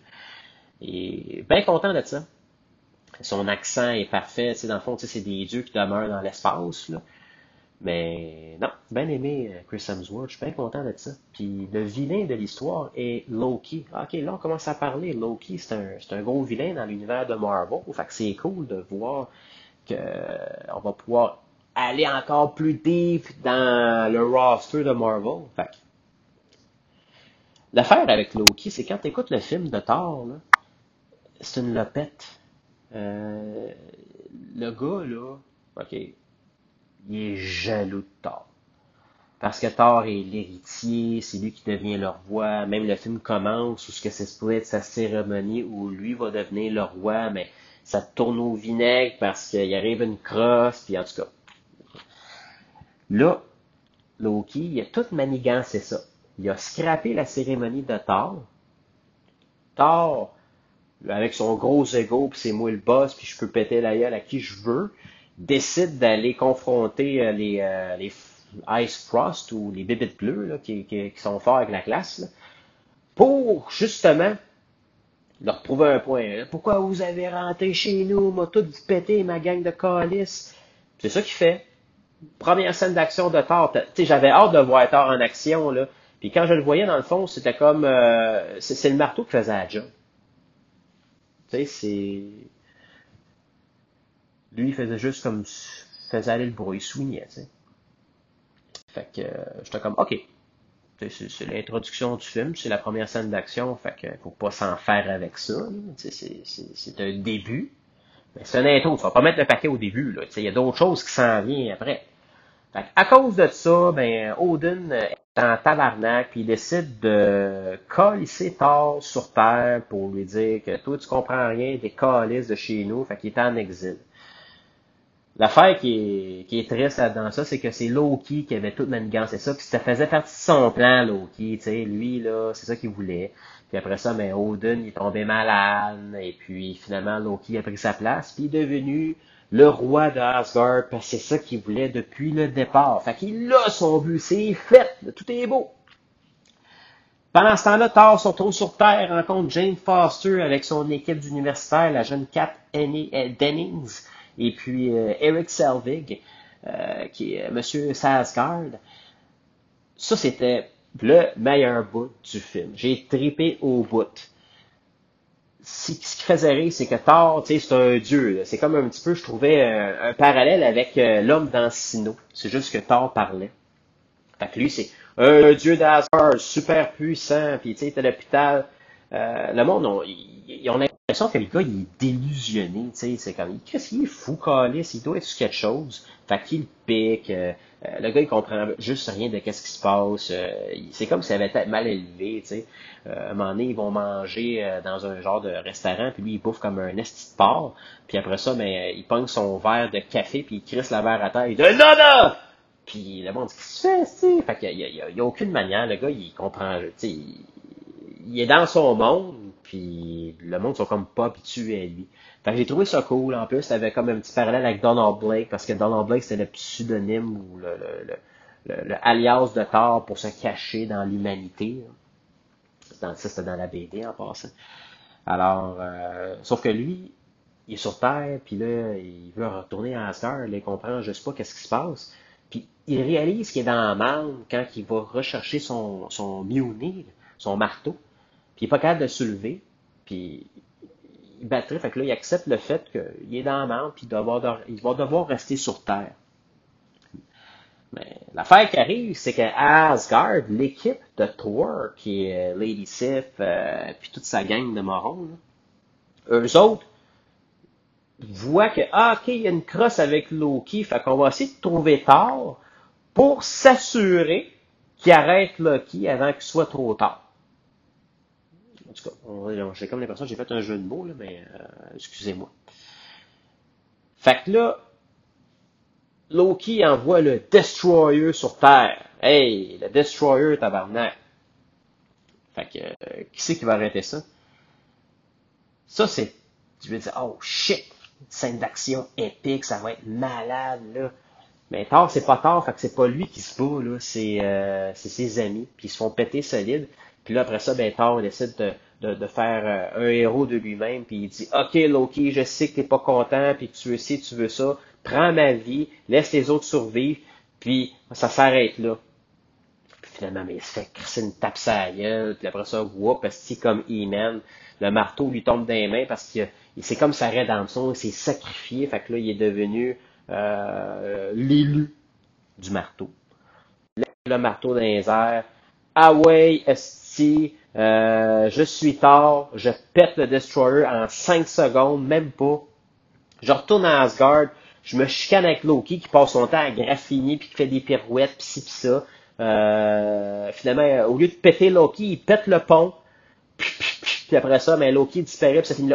Et bien content de ça. Son accent est parfait, tu sais, dans le fond, tu sais, c'est des dieux qui demeurent dans l'espace, là. Mais non, bien aimé Chris Hemsworth, je suis bien content de ça. Puis le vilain de l'histoire est Loki. Ok, là on commence à parler. Loki, c'est un, c'est un gros vilain dans l'univers de Marvel. Fait que c'est cool de voir que euh, on va pouvoir aller encore plus deep dans le roster de Marvel. Fait que l'affaire avec Loki, c'est quand tu écoutes le film de Thor, là, c'est une lopette. Euh, le gars, là, ok, il est jaloux de Thor. Parce que Thor est l'héritier, c'est lui qui devient le roi. Même le film commence où ce que c'est supposé être sa cérémonie où lui va devenir le roi, mais ça tourne au vinaigre parce qu'il arrive une crosse, puis en tout cas. Là, Loki, il a tout manigancé ça. Il a scrappé la cérémonie de Thor. Thor, avec son gros ego, puis c'est moi le boss, puis je peux péter la gueule à qui je veux, décide d'aller confronter euh, les, euh, les Ice Frost ou les Bébites Bleues là, qui, qui, qui sont forts avec la classe là, pour justement leur prouver un point. Pourquoi vous avez rentré chez nous, m'a tout pété ma gang de calices. C'est ça qu'il fait. Première scène d'action de Thor. Tu sais, j'avais hâte de voir Thor en action là. Puis quand je le voyais dans le fond, c'était comme euh, c'est, c'est le marteau qui faisait la job. Tu sais, c'est lui il faisait juste comme faisait aller le bruit, il soignait, tu sais. Fait que euh, j'étais comme OK. C'est, c'est l'introduction du film, c'est la première scène d'action, fait que faut pas s'en faire avec ça. C'est, c'est, c'est un début. Mais c'est une intro, tu vas pas mettre le paquet au début. Il y a d'autres choses qui s'en viennent après. Fait à cause de ça, ben Odin est en tabarnak, puis il décide de colisser Thor sur Terre pour lui dire que toi tu comprends rien des calices de chez nous, fait qu'il est en exil. L'affaire qui est, qui est triste là-dedans ça, c'est que c'est Loki qui avait tout manigancé ça, puis ça faisait partie de son plan, Loki, tu sais, lui, là, c'est ça qu'il voulait. Puis après ça, ben, Odin, il est tombé malade, et puis finalement, Loki a pris sa place, puis il est devenu le roi de Asgard, parce que c'est ça qu'il voulait depuis le départ. Fait qu'il a son but, c'est fait, tout est beau. Pendant ce temps-là, Thor se retrouve sur Terre, rencontre Jane Foster avec son équipe d'universitaires, la jeune Kat Dennings, et puis euh, Eric Selvig, euh, qui est Monsieur Sarsgaard. Ça, c'était le meilleur bout du film. J'ai trippé au bout. Ce qui faisait rire, c'est que Thor, tu sais, c'est un dieu. Là. C'est comme un petit peu, je trouvais, un, un parallèle avec euh, l'homme dans Sino. C'est juste que Thor parlait. Fait que lui, c'est un dieu d'Asgard, super puissant, puis tu sais, t'es à l'hôpital. Euh, le monde, on, ils, ils ont l'impression que le gars, il est délusionné, tu sais, c'est comme, qu'est-ce qu'il est fou, calice, il doit être sur quelque chose. Fait qu'il pique, euh, euh, le gars, il comprend juste rien de qu'est-ce qui se passe. Euh, c'est comme s'il avait été mal élevé, tu sais. Euh, à un moment donné, ils vont manger euh, dans un genre de restaurant, puis lui, il bouffe comme un esti de porc. Puis après ça, ben, il pogne son verre de café, puis il crisse la verre à terre, il dit « Non, non! » Puis le monde dit, qu'est-ce que tu fais, tu sais? Fait qu'il y a, il y a, il y a aucune manière, le gars, il comprend, tu sais, il, il est dans son monde, puis le monde sont comme pas habitués à lui. Fait que j'ai trouvé ça cool, en plus, il avait comme un petit parallèle avec Donald Blake, parce que Donald Blake, c'était le pseudonyme ou le, le, le, le, le alias de Thor pour se cacher dans l'humanité. Dans, ça, c'était dans la B D, en passant. Alors, euh, sauf que lui, il est sur Terre, puis là, il veut retourner à Asgard, là, il comprend juste pas qu'est-ce qui se passe. Puis il réalise qu'il est dans la merde quand il va rechercher son, son Mjolnir, son marteau. Puis il est pas capable de se soulever. Puis il battrait. Fait que là, il accepte le fait qu'il est dans la merde, puis il, doit avoir, il va devoir rester sur Terre. Mais l'affaire qui arrive, c'est qu'à Asgard, l'équipe de Thor, qui est Lady Sif, euh, puis toute sa gang de morons, là, eux autres, voient que, ah, ok, il y a une crosse avec Loki, fait qu'on va essayer de trouver Thor pour s'assurer qu'il arrête Loki avant qu'il soit trop tard. En tout cas, j'ai comme l'impression que j'ai fait un jeu de mots, là, mais euh, excusez-moi. Fait que là, Loki envoie le Destroyer sur Terre. Hey, le Destroyer, tabarnak. Fait que, euh, qui c'est qui va arrêter ça? Ça, c'est, tu veux dire, oh shit, scène d'action épique, ça va être malade, là. Mais Thor, c'est pas Thor, fait que c'est pas lui qui se bat, là, c'est, euh, c'est ses amis, puis ils se font péter solide. Puis là, après ça, ben, Thor décide de, de, de faire euh, un héros de lui-même, puis il dit, OK, Loki, je sais que t'es pas content, puis que tu veux ci, tu veux ça, prends ma vie, laisse les autres survivre, puis ça s'arrête là. Puis finalement, ben, il se fait crisser une tape sur la gueule, puis après ça, whoop, c'est comme He-Man, le marteau lui tombe dans les mains parce que c'est comme sa rédemption, il s'est sacrifié, fait que là, il est devenu euh, l'élu du marteau. Le marteau dans les airs. Ah ouais, esti, euh, je suis Thor, je pète le Destroyer en cinq secondes, même pas. Je retourne à Asgard, je me chicane avec Loki qui passe son temps à graffiner puis qui fait des pirouettes pis ci pis ça. Euh, finalement, au lieu de péter Loki, il pète le pont. Puis, puis, puis, puis après ça, ben, Loki disparaît puis ça finit là.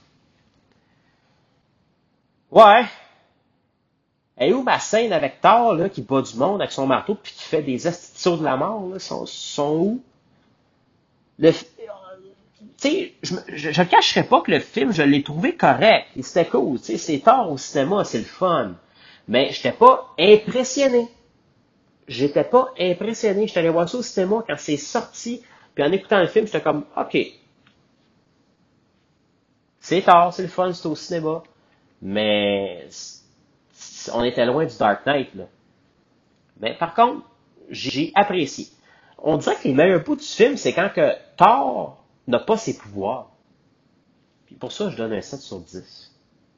Ouais. Et où ma scène avec Thor, là, qui bat du monde avec son marteau puis qui fait des astuces de la mort, là, sont, sont où? Le, tu sais, je, je, je cacherai pas que le film, je l'ai trouvé correct. Et c'était cool, tu sais, c'est Thor au cinéma, c'est le fun. Mais j'étais pas impressionné. J'étais pas impressionné. J'étais allé voir ça au cinéma quand c'est sorti. Puis en écoutant le film, j'étais comme, OK. C'est Thor, c'est le fun, c'est au cinéma. Mais on était loin du Dark Knight, là. Mais par contre, j'ai apprécié. On dirait que les meilleurs bouts du film, c'est quand que Thor n'a pas ses pouvoirs. Puis pour ça, je donne un sept sur dix.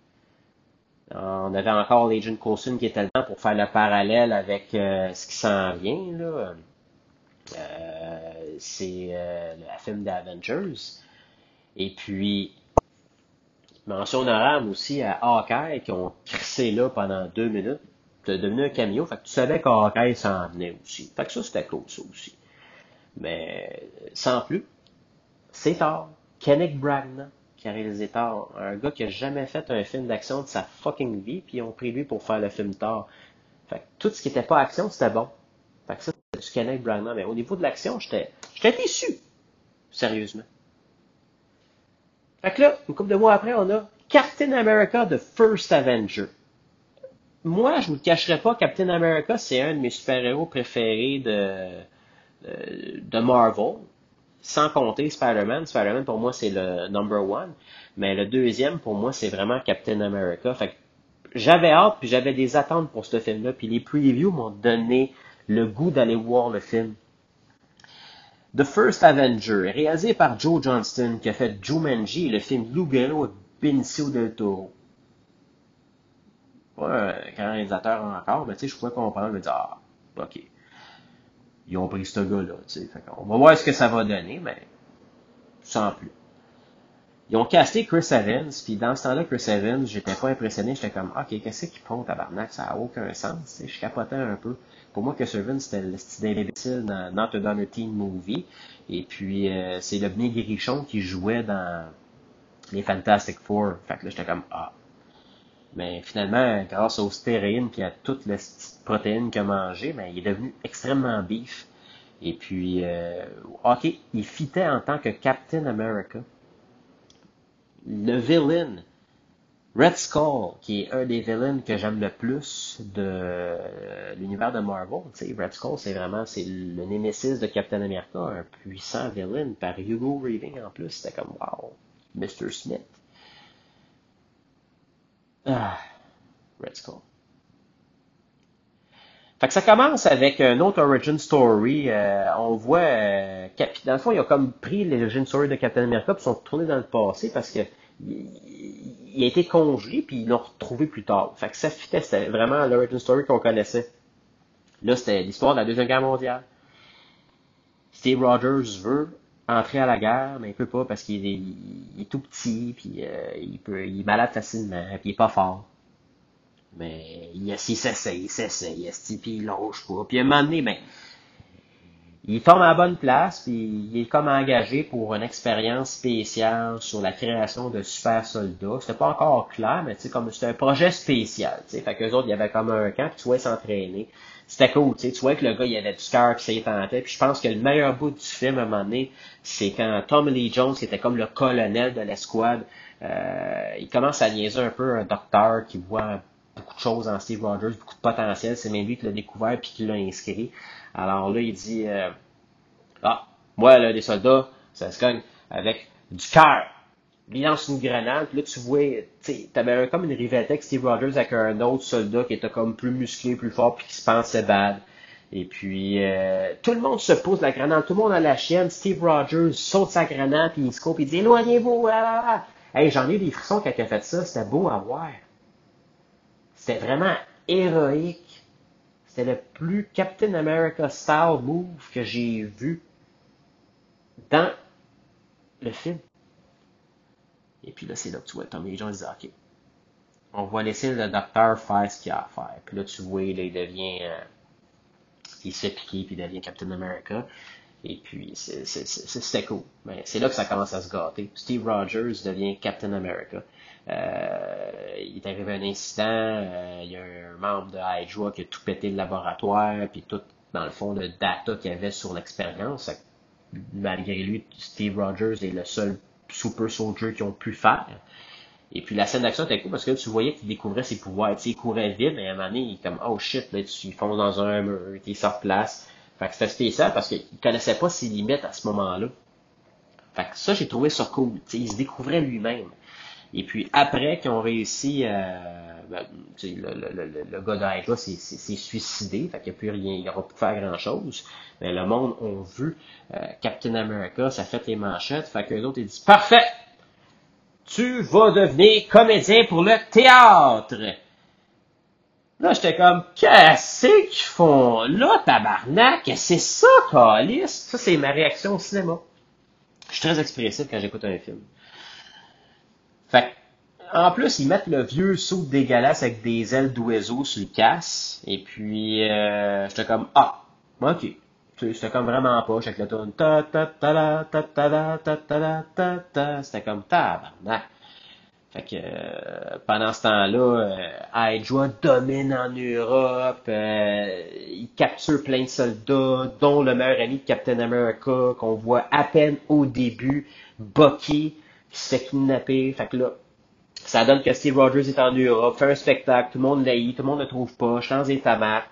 On avait encore Agent Coulson qui était là pour faire le parallèle avec euh, ce qui s'en vient, là. Euh, c'est euh, le film d'Avengers. Et puis, mention honorable aussi à Hawkeye qui ont crissé là pendant deux minutes. C'est devenu un cameo. Fait que tu savais qu'Hawkeye s'en venait aussi. Fait que ça, c'était cool, ça aussi. Mais, sans plus, c'est Thor. Kenneth Branagh qui a réalisé Thor. Un gars qui a jamais fait un film d'action de sa fucking vie, puis ils ont pris lui pour faire le film Thor. Fait que tout ce qui était pas action, c'était bon. Fait que ça, c'est du Kenneth Branagh. Mais au niveau de l'action, j'étais, j'étais déçu. Sérieusement. Fait que là, une couple de mois après, on a Captain America The First Avenger. Moi, je ne vous cacherai pas, Captain America, c'est un de mes super-héros préférés de, de, de Marvel. sans compter Spider-Man. Spider-Man, pour moi, c'est le number one. Mais le deuxième, pour moi, c'est vraiment Captain America. Fait que j'avais hâte, puis j'avais des attentes pour ce film-là. Puis les previews m'ont donné le goût d'aller voir le film. The First Avenger, réalisé par Joe Johnston, qui a fait Jumanji et le film Lugano et Benicio del Toro. Pas un grand réalisateur encore, mais tu sais, je pouvais comprendre, je me dire, ah, ok. Ils ont pris ce gars-là, tu sais. Fait qu'on va voir ce que ça va donner, mais sans plus. Ils ont casté Chris Evans, puis dans ce temps-là, Chris Evans, j'étais pas impressionné, j'étais comme, ok, qu'est-ce qu'ils font, tabarnak, ça a aucun sens, tu sais, je capotais un peu. Pour moi, Chris Evans, c'était le style d'imbécile dans Not Another Teen Movie, et puis euh, c'est le maigrichon qui jouait dans les Fantastic Four, fait que là, j'étais comme, ah. Mais finalement, grâce aux stéroïdes puis à toute la petite protéine qu'il a mangé, ben, il est devenu extrêmement beef. Et puis, euh, ok, il fitait en tant que Captain America. Le villain, Red Skull, qui est un des villains que j'aime le plus de euh, l'univers de Marvel. Tu sais, Red Skull, c'est vraiment c'est le némésis de Captain America, un puissant villain par Hugo Weaving en plus. C'était comme wow, mister Smith. Ah, Red Skull. Fait que ça commence avec un autre origin story. Euh, on voit, euh, Cap- dans le fond, ils ont comme pris l'origin story de Captain America puis sont retournés dans le passé parce que il, il a été congelé puis ils l'ont retrouvé plus tard. Fait que ça fitait, c'était vraiment l'origin story qu'on connaissait. Là, c'était l'histoire de la Deuxième Guerre mondiale. Steve Rogers veut entrer à la guerre, mais il peut pas parce qu'il est, il est tout petit puis euh, il peut, il est malade facilement puis il est pas fort. Mais il, il s'essaye, il s'essaye, il puis il lâche pas. Puis à un moment donné, ben, il tombe à la bonne place, puis il est comme engagé pour une expérience spéciale sur la création de super soldats. C'était pas encore clair, mais tu sais, comme c'était un projet spécial, tu sais. Fait qu'eux autres, il y avait comme un camp, puis tu vois, ils s'entraîner. C'était cool, tu sais. Tu vois que le gars, il avait du cœur, puis ça y tentait. Puis je pense que le meilleur bout du film, à un moment donné, c'est quand Tommy Lee Jones, qui était comme le colonel de l'escouade, euh, il commence à niaiser un peu un docteur qui voit beaucoup de choses en Steve Rogers, beaucoup de potentiel. C'est même lui qui l'a découvert puis qui l'a inscrit. Alors là, il dit euh, ah, moi, là, des soldats, ça se gagne avec du cœur. Il lance une grenade, puis là, tu vois, tu sais, t'avais comme une rivalité avec Steve Rogers avec un autre soldat qui était comme plus musclé, plus fort, puis qui se pensait bad. Et puis, euh, tout le monde se pose la grenade, tout le monde a la chienne. Steve Rogers saute sa grenade, puis il se coupe, il dit éloignez-vous, ah, ah, ah. Hey, j'en ai eu des frissons quand il a fait ça, c'était beau à voir. C'était vraiment héroïque. C'était le plus Captain America style move que j'ai vu dans le film. Et puis là, c'est là que tu vois Tommy Lee Jones dire, OK, on va laisser le docteur faire ce qu'il a à faire. Puis là, tu vois, là, il devient, euh, il se fait piquer, puis il devient Captain America. Et puis, c'est, c'est, c'est, c'était cool. Mais c'est là que ça commence à se gâter. Steve Rogers devient Captain America. Euh, il est arrivé un incident, euh, il y a un membre de Hydra qui a tout pété le laboratoire, puis tout, dans le fond, le data qu'il y avait sur l'expérience. Malgré lui, Steve Rogers est le seul super soldier qu'ils ont pu faire. Et puis la scène d'action était cool parce que là, tu voyais qu'il découvrait ses pouvoirs. Tu sais, il courait vite, mais à un moment donné, il est comme, oh shit, là, il fonce dans un mur, il se replace. Fait que c'était spécial parce qu'il connaissait pas ses limites à ce moment-là. Fait que ça, j'ai trouvé ça cool. Tu sais, il se découvrait lui-même. Et puis après qu'ils ont réussi, euh, ben, tu sais, le, le, le, le gars d'Hydra s'est, s'est, s'est suicidé, fait qu'il n'y a plus rien, il n'aura pu faire grand-chose. Mais le monde a vu euh, Captain America, ça fait les manchettes, fait que les autres ils disent parfait, tu vas devenir comédien pour le théâtre. Là, j'étais comme, qu'est-ce qu'ils font là, tabarnak? C'est ça, calice? Ça, c'est ma réaction au cinéma. Je suis très expressif quand j'écoute un film. Fait que, en plus, ils mettent le vieux saut dégueulasse avec des ailes d'oiseau sur le casse. Et puis, euh, j'étais comme, ah, ok. C'était comme vraiment poche avec le tune ta ta ta ta ta ta ta ta ta ta. C'était comme tabarnak. Fait que euh, pendant ce temps-là, euh, Hydra domine en Europe, euh, il capture plein de soldats, dont le meilleur ami de Captain America, qu'on voit à peine au début, Bucky, qui se fait kidnapper. Fait que là, ça donne que Steve Rogers est en Europe, fait un spectacle, tout le monde l'haït, tout le monde ne le trouve pas, change les tabacs.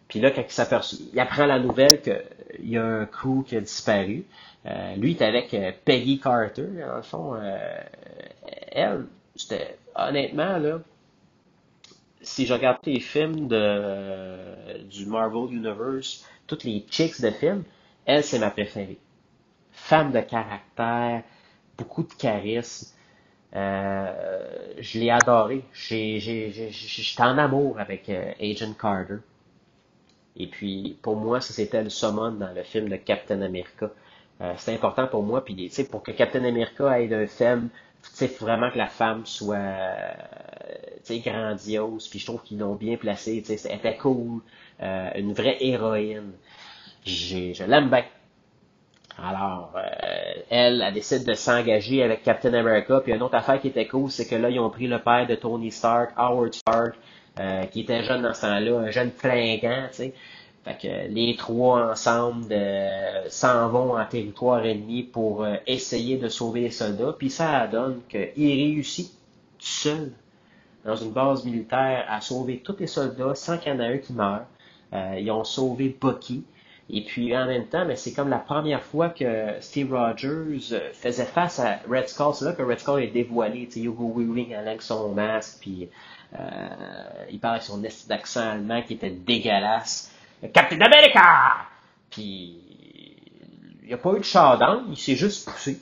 Puis là, quand il s'aperçoit, il apprend la nouvelle qu'il y a un crew qui a disparu. Euh, lui, il était avec euh, Peggy Carter, dans le fond. Euh, elle, c'était honnêtement, là, si je regarde les films de, euh, du Marvel Universe, toutes les chicks de films, elle, c'est ma préférée. Femme de caractère, beaucoup de charisme. Euh, je l'ai adorée. J'ai, j'ai, j'ai, j'étais en amour avec euh, Agent Carter. Et puis, pour moi, ça c'était le summum dans le film de Captain America. Euh, c'est important pour moi, puis tu sais, pour que Captain America ait un film, tu sais, faut vraiment que la femme soit, euh, tu sais, grandiose. Puis je trouve qu'ils l'ont bien placée. Tu sais, elle était cool, euh, une vraie héroïne. J'ai, je l'aime bien. Alors, euh, elle, elle décide de s'engager avec Captain America. Puis une autre affaire qui était cool, c'est que là, ils ont pris le père de Tony Stark, Howard Stark, euh, qui était jeune dans ce temps-là, un jeune fringant, tu sais. Fait que les trois ensemble de, s'en vont en territoire ennemi pour euh, essayer de sauver les soldats. Puis ça donne qu'il réussit tout seul dans une base militaire à sauver tous les soldats sans qu'il y en ait un qui meure. Euh, ils ont sauvé Bucky. Et puis en même temps, mais c'est comme la première fois que Steve Rogers faisait face à Red Skull. C'est là que Red Skull est dévoilé. Tu sais, Hugo Weaving avec son masque, puis euh, il parle avec son accent allemand qui était dégueulasse. Captain America! Puis il n'y a pas eu de showdown, il s'est juste poussé.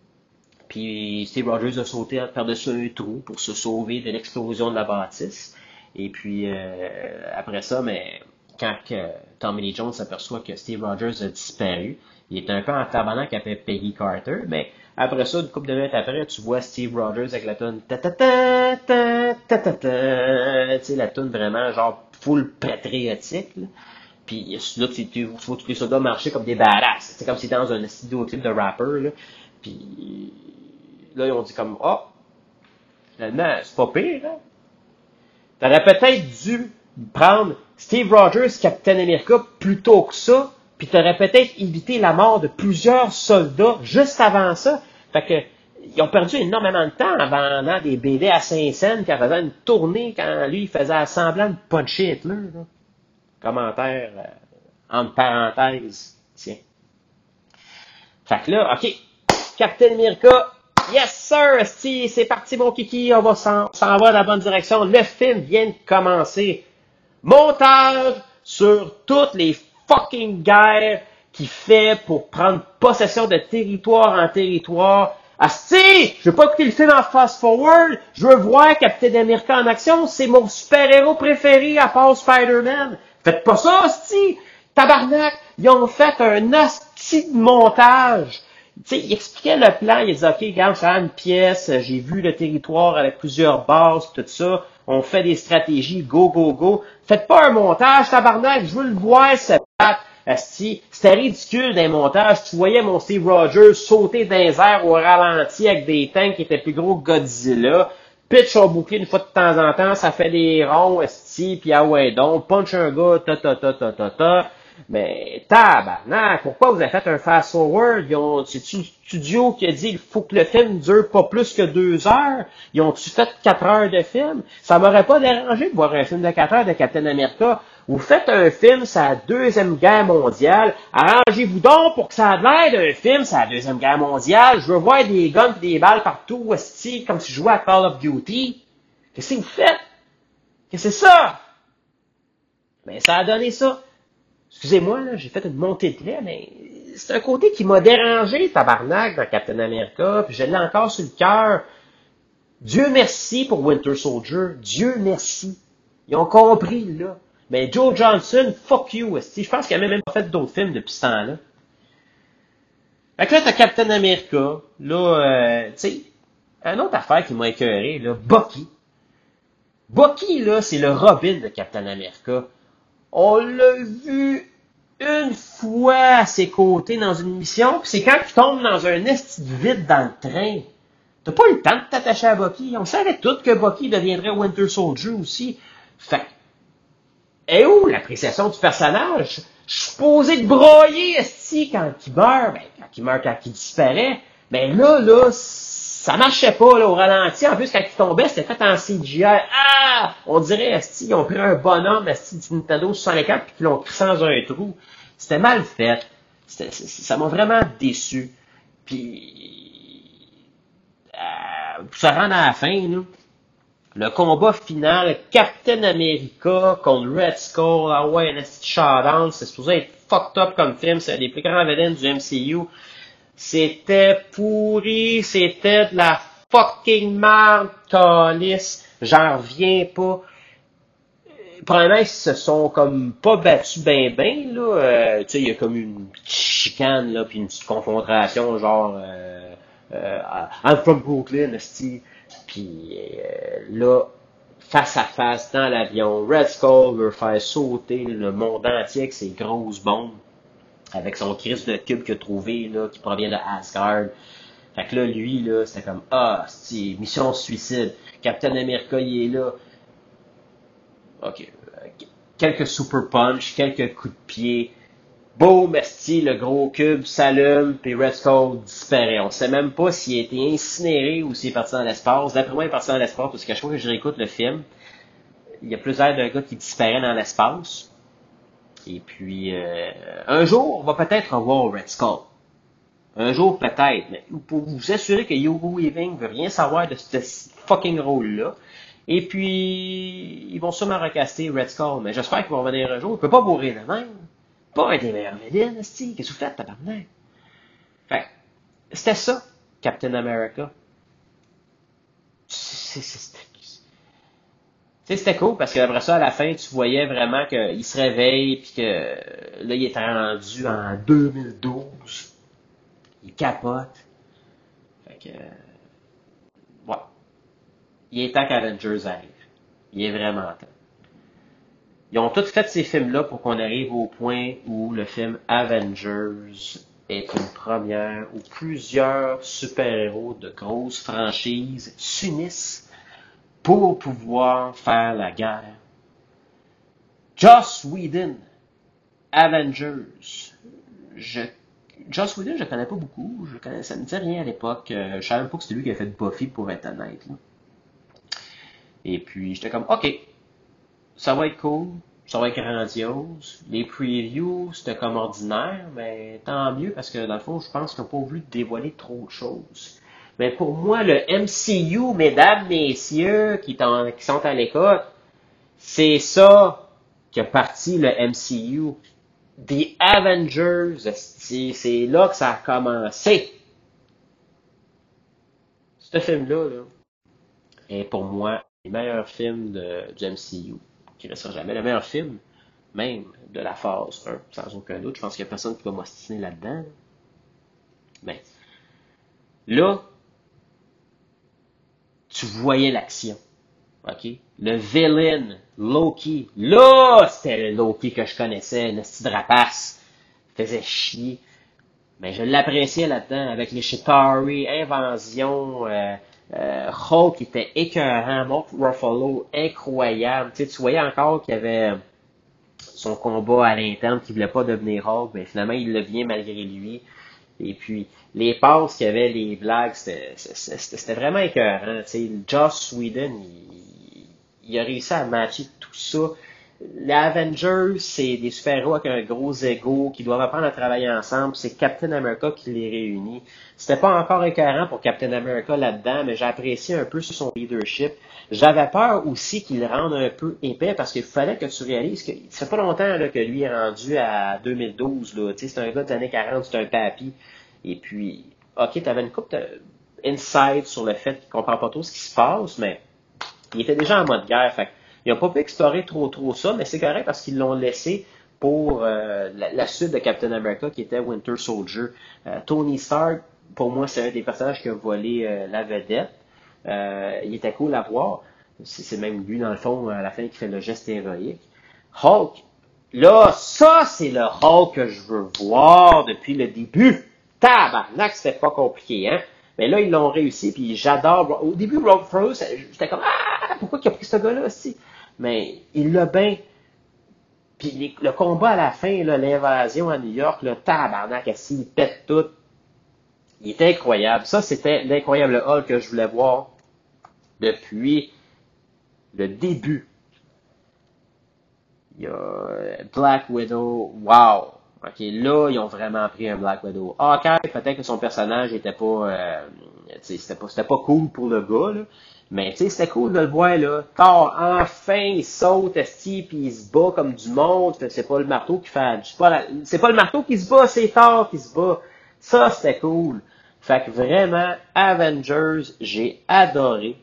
Puis Steve Rogers a sauté par-dessus un trou pour se sauver de l'explosion de la bâtisse. Et puis euh, après ça, mais quand que Tommy Lee Jones s'aperçoit que Steve Rogers a disparu, il est un peu en tabarnak avec Peggy Carter, mais après ça, une couple de minutes après, tu vois Steve Rogers avec la toune ta ta ta ta ta ta ta, tu sais, la toune vraiment genre full patriotique, là. Puis là, tu, tu vois tous les soldats marcher comme des badass. C'est comme si c'était dans un vidéoclip de rapper, là. Puis là, ils ont dit comme, oh, finalement, c'est pas pire, hein. T'aurais peut-être dû prendre Steve Rogers, Captain America, plus tôt que ça, puis t'aurais peut-être évité la mort de plusieurs soldats juste avant ça. Fait que, ils ont perdu énormément de temps en vendant des B D à Saint-Saëns, quand faisait une tournée, quand lui, il faisait semblant de puncher Hitler, là. Commentaire, euh, entre parenthèses, tiens. Fait que là, ok, Captain America, yes sir, esti, c'est parti mon kiki, on va s'en, s'en va dans la bonne direction. Le film vient de commencer. Montage sur toutes les fucking guerres qu'il fait pour prendre possession de territoire en territoire. Asti, je veux pas écouter le film en fast-forward, je veux voir Captain America en action, c'est mon super-héros préféré à part Spider-Man. Faites pas ça, asti! Tabarnak! Ils ont fait un asti de montage. Tu sais, il expliquait le plan, il disait, OK, regarde, ça a une pièce, j'ai vu le territoire avec plusieurs bases, tout ça, on fait des stratégies, go, go, go. Faites pas un montage, tabarnak, je veux le voir, ce bat. Asti, c'était ridicule d'un montage. Tu voyais mon Steve Rogers sauter dans les airs au ralenti avec des tanks qui étaient plus gros que Godzilla. Pitch au bouclier une fois de temps en temps, ça fait des ronds, esti, pis ah ouais donc, punch un gars, ta ta ta ta ta ta. Mais tabarnak, pourquoi vous avez fait un fast-forward? Ils ont, c'est-tu le studio qui a dit il faut que le film dure pas plus que deux heures? Ils ont-tu fait quatre heures de film? Ça m'aurait pas dérangé de voir un film de quatre heures de Captain America. Vous faites un film sur la Deuxième Guerre mondiale, arrangez-vous donc pour que ça ait l'air d'un film sur la Deuxième Guerre mondiale. Je veux voir des guns et des balles partout, esti, comme si je jouais à Call of Duty. Qu'est-ce que vous faites? Qu'est-ce que c'est ça? Mais ça a donné ça. Excusez-moi, là, j'ai fait une montée de lait, mais c'est un côté qui m'a dérangé, tabarnak, dans Captain America, puis je l'ai encore sur le cœur. Dieu merci pour Winter Soldier. Dieu merci. Ils ont compris, là. Mais Joe Johnson, fuck you, esti. Je pense qu'il a même pas fait d'autres films depuis ce temps-là. Fait que là, t'as Captain America. Là, euh, tu sais, une autre affaire qui m'a écœuré, là, Bucky. Bucky, là, c'est le Robin de Captain America. On l'a vu une fois à ses côtés dans une mission, puis c'est quand tu tombes dans un esti de vide dans le train. T'as pas eu le temps de t'attacher à Bucky. On savait tous que Bucky deviendrait Winter Soldier aussi. Fait et où l'appréciation du personnage? Je suis supposé de broyer, esti, quand il meurt. Ben, quand il meurt, quand il disparaît. Ben là, là, ça marchait pas, là, au ralenti. En plus, quand il tombait, c'était fait en C G I. Ah! On dirait, esti, ils ont pris un bonhomme, esti, du Nintendo soixante-quatre, puis qu'ils l'ont pris sans un trou. C'était mal fait. C'était, ça m'a vraiment déçu. Puis, euh, pour se rendre à la fin, là, le combat final, Captain America contre Red Skull, ah ouais, un esti showdown, c'est supposé être fucked up comme film, c'est un des plus grands vedettes du M C U. C'était pourri, c'était de la fucking merde, calice, j'en reviens pas. Probablement, ils se sont comme pas battus ben ben, là. Euh, tu sais, il y a comme une petite chicane, là, puis une petite confrontation, genre, euh, euh, I'm from Brooklyn, esti. Puis euh, là, face à face dans l'avion, Red Skull veut faire sauter le monde entier avec ses grosses bombes, avec son Christ de cube qu'il a trouvé, là, qui provient de Asgard. Fait que là, lui, là, c'était comme, ah, c'est mission suicide. Captain America, il est là. Ok. Quelques super punch, quelques coups de pied. Boum, esti, le gros cube s'allume, puis Red Skull disparaît. On sait même pas s'il a été incinéré ou s'il est parti dans l'espace. D'après moi, il est parti dans l'espace, parce qu'à chaque fois que je réécoute le film, il y a plusieurs d'un gars qui disparaît dans l'espace. Et puis, euh, un jour, on va peut-être revoir Red Skull. Un jour, peut-être. Mais pour vous assurer que Hugo Weaving veut rien savoir de ce fucking rôle-là. Et puis, ils vont sûrement recaster Red Skull. Mais j'espère qu'ils vont revenir un jour. Il peut pas mourir de même. Pas un des meilleurs vilains, esti. Qu'est-ce que vous faites, tabarnak? Fait, c'était ça, Captain America. C'était cool parce qu'après ça, à la fin, tu voyais vraiment qu'il se réveille puis que là, il était rendu en deux mille douze. Il capote. Fait que, ouais. Il est temps qu'Avengers arrive. Il est vraiment temps. Ils ont tous fait ces films-là pour qu'on arrive au point où le film Avengers est une première où plusieurs super-héros de grosses franchises s'unissent pour pouvoir faire la guerre. Joss Whedon, Avengers. Je, Joss Whedon, je ne connais pas beaucoup. Je connais, ça ne me dit rien à l'époque. Euh, je savais même pas que c'était lui qui a fait Buffy, pour être honnête. Là. Et puis, j'étais comme, OK, ça va être cool. Ça va être grandiose. Les previews, c'était comme ordinaire, mais tant mieux, parce que dans le fond, je pense qu'ils n'ont pas voulu dévoiler trop de choses. Mais pour moi, le M C U, mesdames, messieurs, qui, qui sont à l'écoute, c'est ça qui a parti le M C U. The Avengers, c'est là que ça a commencé. Ce film-là, là, est pour moi le meilleur film de, du M C U. Qui ne restera jamais le meilleur film, même de la phase un, sans aucun doute. Je pense qu'il n'y a personne qui va m'ostiner là-dedans. Mais là, tu voyais l'action. OK? Le villain, Loki. Là, c'était le Loki que je connaissais, le style de rapace. Faisait chier. Mais je l'appréciais là-dedans, avec les Chitauri, Invasion, euh, euh, Hulk était écœurant, Mark Ruffalo, incroyable. Tu sais, tu voyais encore qu'il y avait son combat à l'interne, qu'il voulait pas devenir Hulk, mais finalement, il le devient malgré lui. Et puis, les passes qu'il y avait, les blagues, c'était, c'était, c'était vraiment écœurant. Tu sais, Joss Whedon, il, il a réussi à matcher tout ça. Les Avengers, c'est des super-héros avec un gros ego qui doivent apprendre à travailler ensemble. C'est Captain America qui les réunit. C'était pas encore écœurant pour Captain America là-dedans, mais j'ai apprécié un peu son leadership. J'avais peur aussi qu'il le rende un peu épais parce qu'il fallait que tu réalises que ça fait pas longtemps là, que lui est rendu à deux mille douze. Là. C'est un gars des années quarante, c'est un papy. Et puis, ok, t'avais une couple d'insights sur le fait qu'il comprend pas trop ce qui se passe, mais il était déjà en mode guerre. Fait il n'a pas pu explorer trop trop ça, mais c'est correct parce qu'ils l'ont laissé pour euh, la, la suite de Captain America qui était Winter Soldier. Euh, Tony Stark, pour moi, c'est un des personnages qui a volé euh, la vedette. Euh, il était cool à voir. C'est, c'est même lui, dans le fond, à la fin, qui fait le geste héroïque. Hulk, là, ça, c'est le Hulk que je veux voir depuis le début. Tabarnak, c'était pas compliqué, hein? Mais là, ils l'ont réussi, puis j'adore. Au début, Rob Frost, j'étais comme, ah, pourquoi il a pris ce gars-là aussi? Mais il l'a bien. Puis les, le combat à la fin, là, l'invasion à New York, le tabarnak, assis, il pète tout. Il était incroyable. Ça, c'était l'incroyable Hulk que je voulais voir depuis le début. Il y a Black Widow. Wow! OK, là, ils ont vraiment pris un Black Widow. Hawkeye, peut-être que son personnage était pas, euh, tu sais, c'était pas, c'était pas cool pour le gars, là. Mais, tu sais, c'était cool de le voir, là. Thor, enfin, il saute, esti, puis il se bat comme du monde. C'est pas le marteau qui fait, c'est pas, la- c'est pas le marteau qui se bat, c'est Thor qui se bat. Ça, c'était cool. Fait que vraiment, Avengers, j'ai adoré.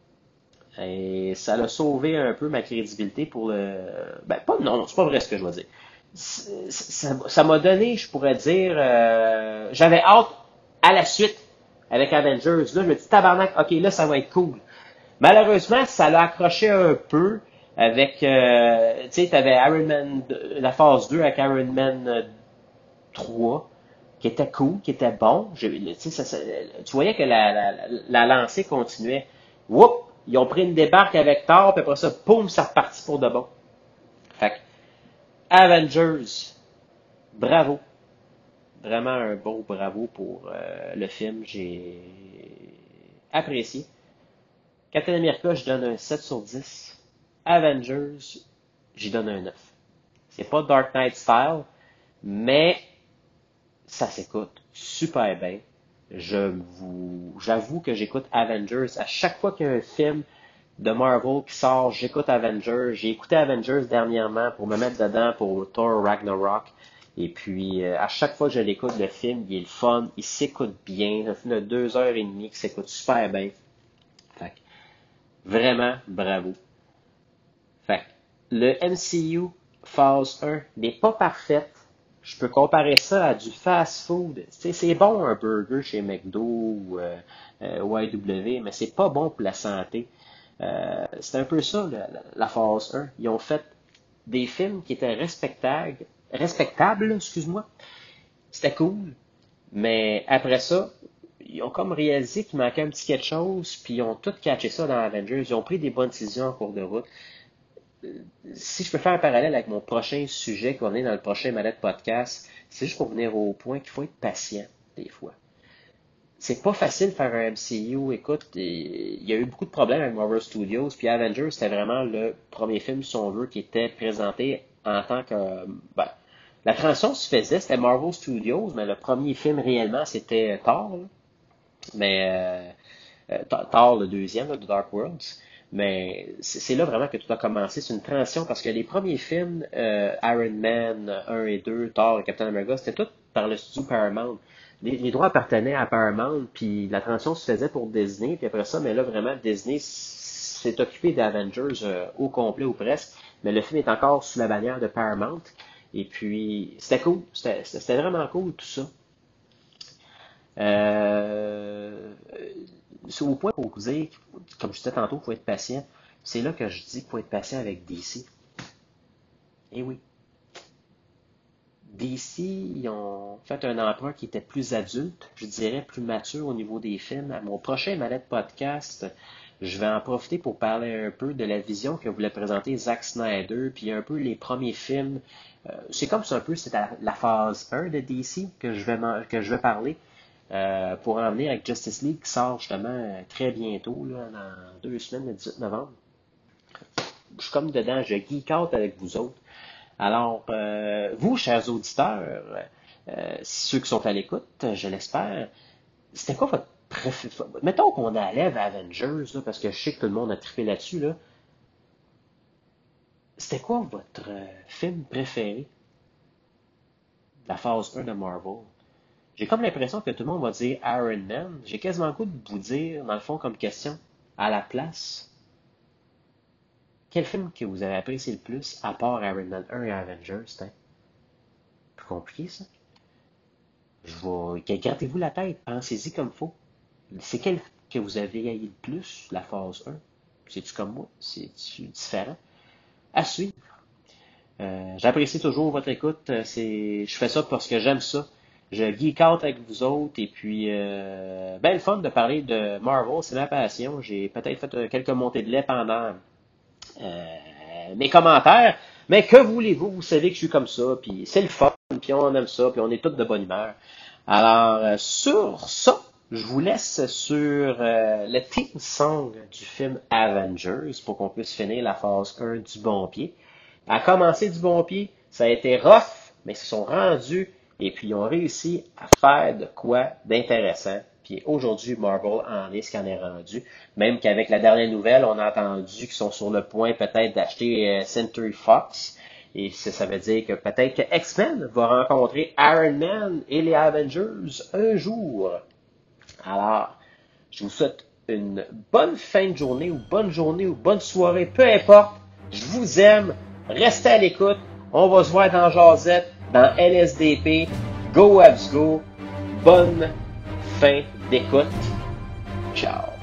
Et ça l'a sauvé un peu ma crédibilité pour le... Ben, pas, non, non, c'est pas vrai ce que je veux dire. C'est- Ça ça m'a donné, je pourrais dire, euh, j'avais hâte à la suite avec Avengers. Là, je me dis, tabarnak, ok, là, ça va être cool. Malheureusement, ça l'a accroché un peu avec, euh, tu sais, t'avais Iron Man, deux- la phase deux avec Iron Man euh, trois, qui était cool, qui était bon. Je- tu sais, ça- ça- tu voyais que la, la, la lancée continuait. Whoop! Ils ont pris une débarque avec Thor, puis après ça, poum, ça repartit pour de bon. Fait que, Avengers, bravo. Vraiment un beau bravo pour euh, le film. J'ai apprécié. Captain America, je donne un sept sur dix. Avengers, j'y donne un neuf. C'est pas Dark Knight style, mais ça s'écoute super bien. Je vous, j'avoue que j'écoute Avengers à chaque fois qu'il y a un film de Marvel qui sort, j'écoute Avengers. J'ai écouté Avengers dernièrement pour me mettre dedans pour Thor Ragnarok. Et puis, euh, à chaque fois que je l'écoute, le film, il est le fun, il s'écoute bien. C'est un film de deux heures et demie qui s'écoute super bien. Fait que, vraiment, bravo. Fait que, le M C U Phase un n'est pas parfaite. Je peux comparer ça à du fast-food. Tu sais, c'est bon un burger chez McDo ou euh, euh, Y W, mais c'est pas bon pour la santé. Euh, c'est un peu ça, la, la- la phase un. Ils ont fait des films qui étaient respectables, respectables, excuse-moi. C'était cool, mais après ça, ils ont comme réalisé qu'il manquait un petit quelque chose, puis ils ont tout catché ça dans Avengers. Ils ont pris des bonnes décisions en cours de route. Si je peux faire un parallèle avec mon prochain sujet qui va venir dans le prochain Mallette Podcast, c'est juste pour venir au point qu'il faut être patient, des fois. C'est pas facile de faire un M C U. Écoute, il y a eu beaucoup de problèmes avec Marvel Studios, puis Avengers, c'était vraiment le premier film, si on veut, qui était présenté en tant que... Ben, la transition se faisait, c'était Marvel Studios, mais le premier film réellement, c'était Thor, là. Mais euh, euh, Thor, le deuxième, là, de Dark Worlds. Mais c'est c'est là vraiment que tout a commencé. C'est une transition parce que les premiers films, euh, Iron Man un et deux, Thor et Captain America, c'était tout par le studio Paramount. Les, les droits appartenaient à Paramount, puis la transition se faisait pour Disney, puis après ça, mais là vraiment, Disney s'est occupé d'Avengers euh, au complet ou presque, mais le film est encore sous la bannière de Paramount. Et puis, c'était cool, c'était c'était vraiment cool tout ça. Euh, c'est au point pour vous dire, comme je disais tantôt, il faut être patient. C'est là que je dis qu'il faut être patient avec D C. Eh oui, D C, ils ont fait un emprunt qui était plus adulte, je dirais plus mature au niveau des films. À mon prochain Mallette Podcast, je vais en profiter pour parler un peu de la vision que voulait présenter Zack Snyder, puis un peu les premiers films. Euh, c'est comme ça un peu, c'est la, la phase un de D C que je vais, que je vais parler. Euh, pour en venir avec Justice League qui sort justement euh, très bientôt, là, dans deux semaines, le dix-huit novembre. Je suis comme dedans, je geek out avec vous autres. Alors, euh, vous, chers auditeurs, euh, ceux qui sont à l'écoute, je l'espère, c'était quoi votre préféré? Mettons qu'on enlève Avengers, là, parce que je sais que tout le monde a trippé là-dessus, là. C'était quoi votre euh, film préféré de la phase un de Marvel? J'ai comme l'impression que tout le monde va dire Iron Man. J'ai quasiment le goût de vous dire, dans le fond, comme question, à la place, quel film que vous avez apprécié le plus, à part Iron Man un et Avengers, c'était plus compliqué, ça? Je vais... Gardez-vous la tête, pensez-y comme faut. C'est quel que vous avez haï le plus, la phase un? C'est-tu comme moi? C'est-tu différent? À suivre. Euh, j'apprécie toujours votre écoute. Euh, C'est, je fais ça parce que j'aime ça. Je geek out avec vous autres et puis euh, ben le fun de parler de Marvel, c'est ma passion. J'ai peut-être fait euh, quelques montées de lait pendant euh, mes commentaires, mais que voulez-vous? Vous savez que je suis comme ça, puis c'est le fun, puis on aime ça, puis on est tous de bonne humeur. Alors, euh, sur ça, je vous laisse sur euh, le theme song du film Avengers pour qu'on puisse finir la phase un du bon pied. À commencer du bon pied, ça a été rough, mais ils se sont rendus et puis ils ont réussi à faire de quoi d'intéressant. Puis aujourd'hui, Marvel en est ce qu'on est rendu. Même qu'avec la dernière nouvelle, on a entendu qu'ils sont sur le point peut-être d'acheter euh, Century Fox. Et ça, ça veut dire que peut-être que X-Men va rencontrer Iron Man et les Avengers un jour. Alors, je vous souhaite une bonne fin de journée ou bonne journée ou bonne soirée, peu importe. Je vous aime. Restez à l'écoute. On va se voir dans Jazette, dans L S D P. Go Abs Go. Bonne fin d'écoute. Ciao.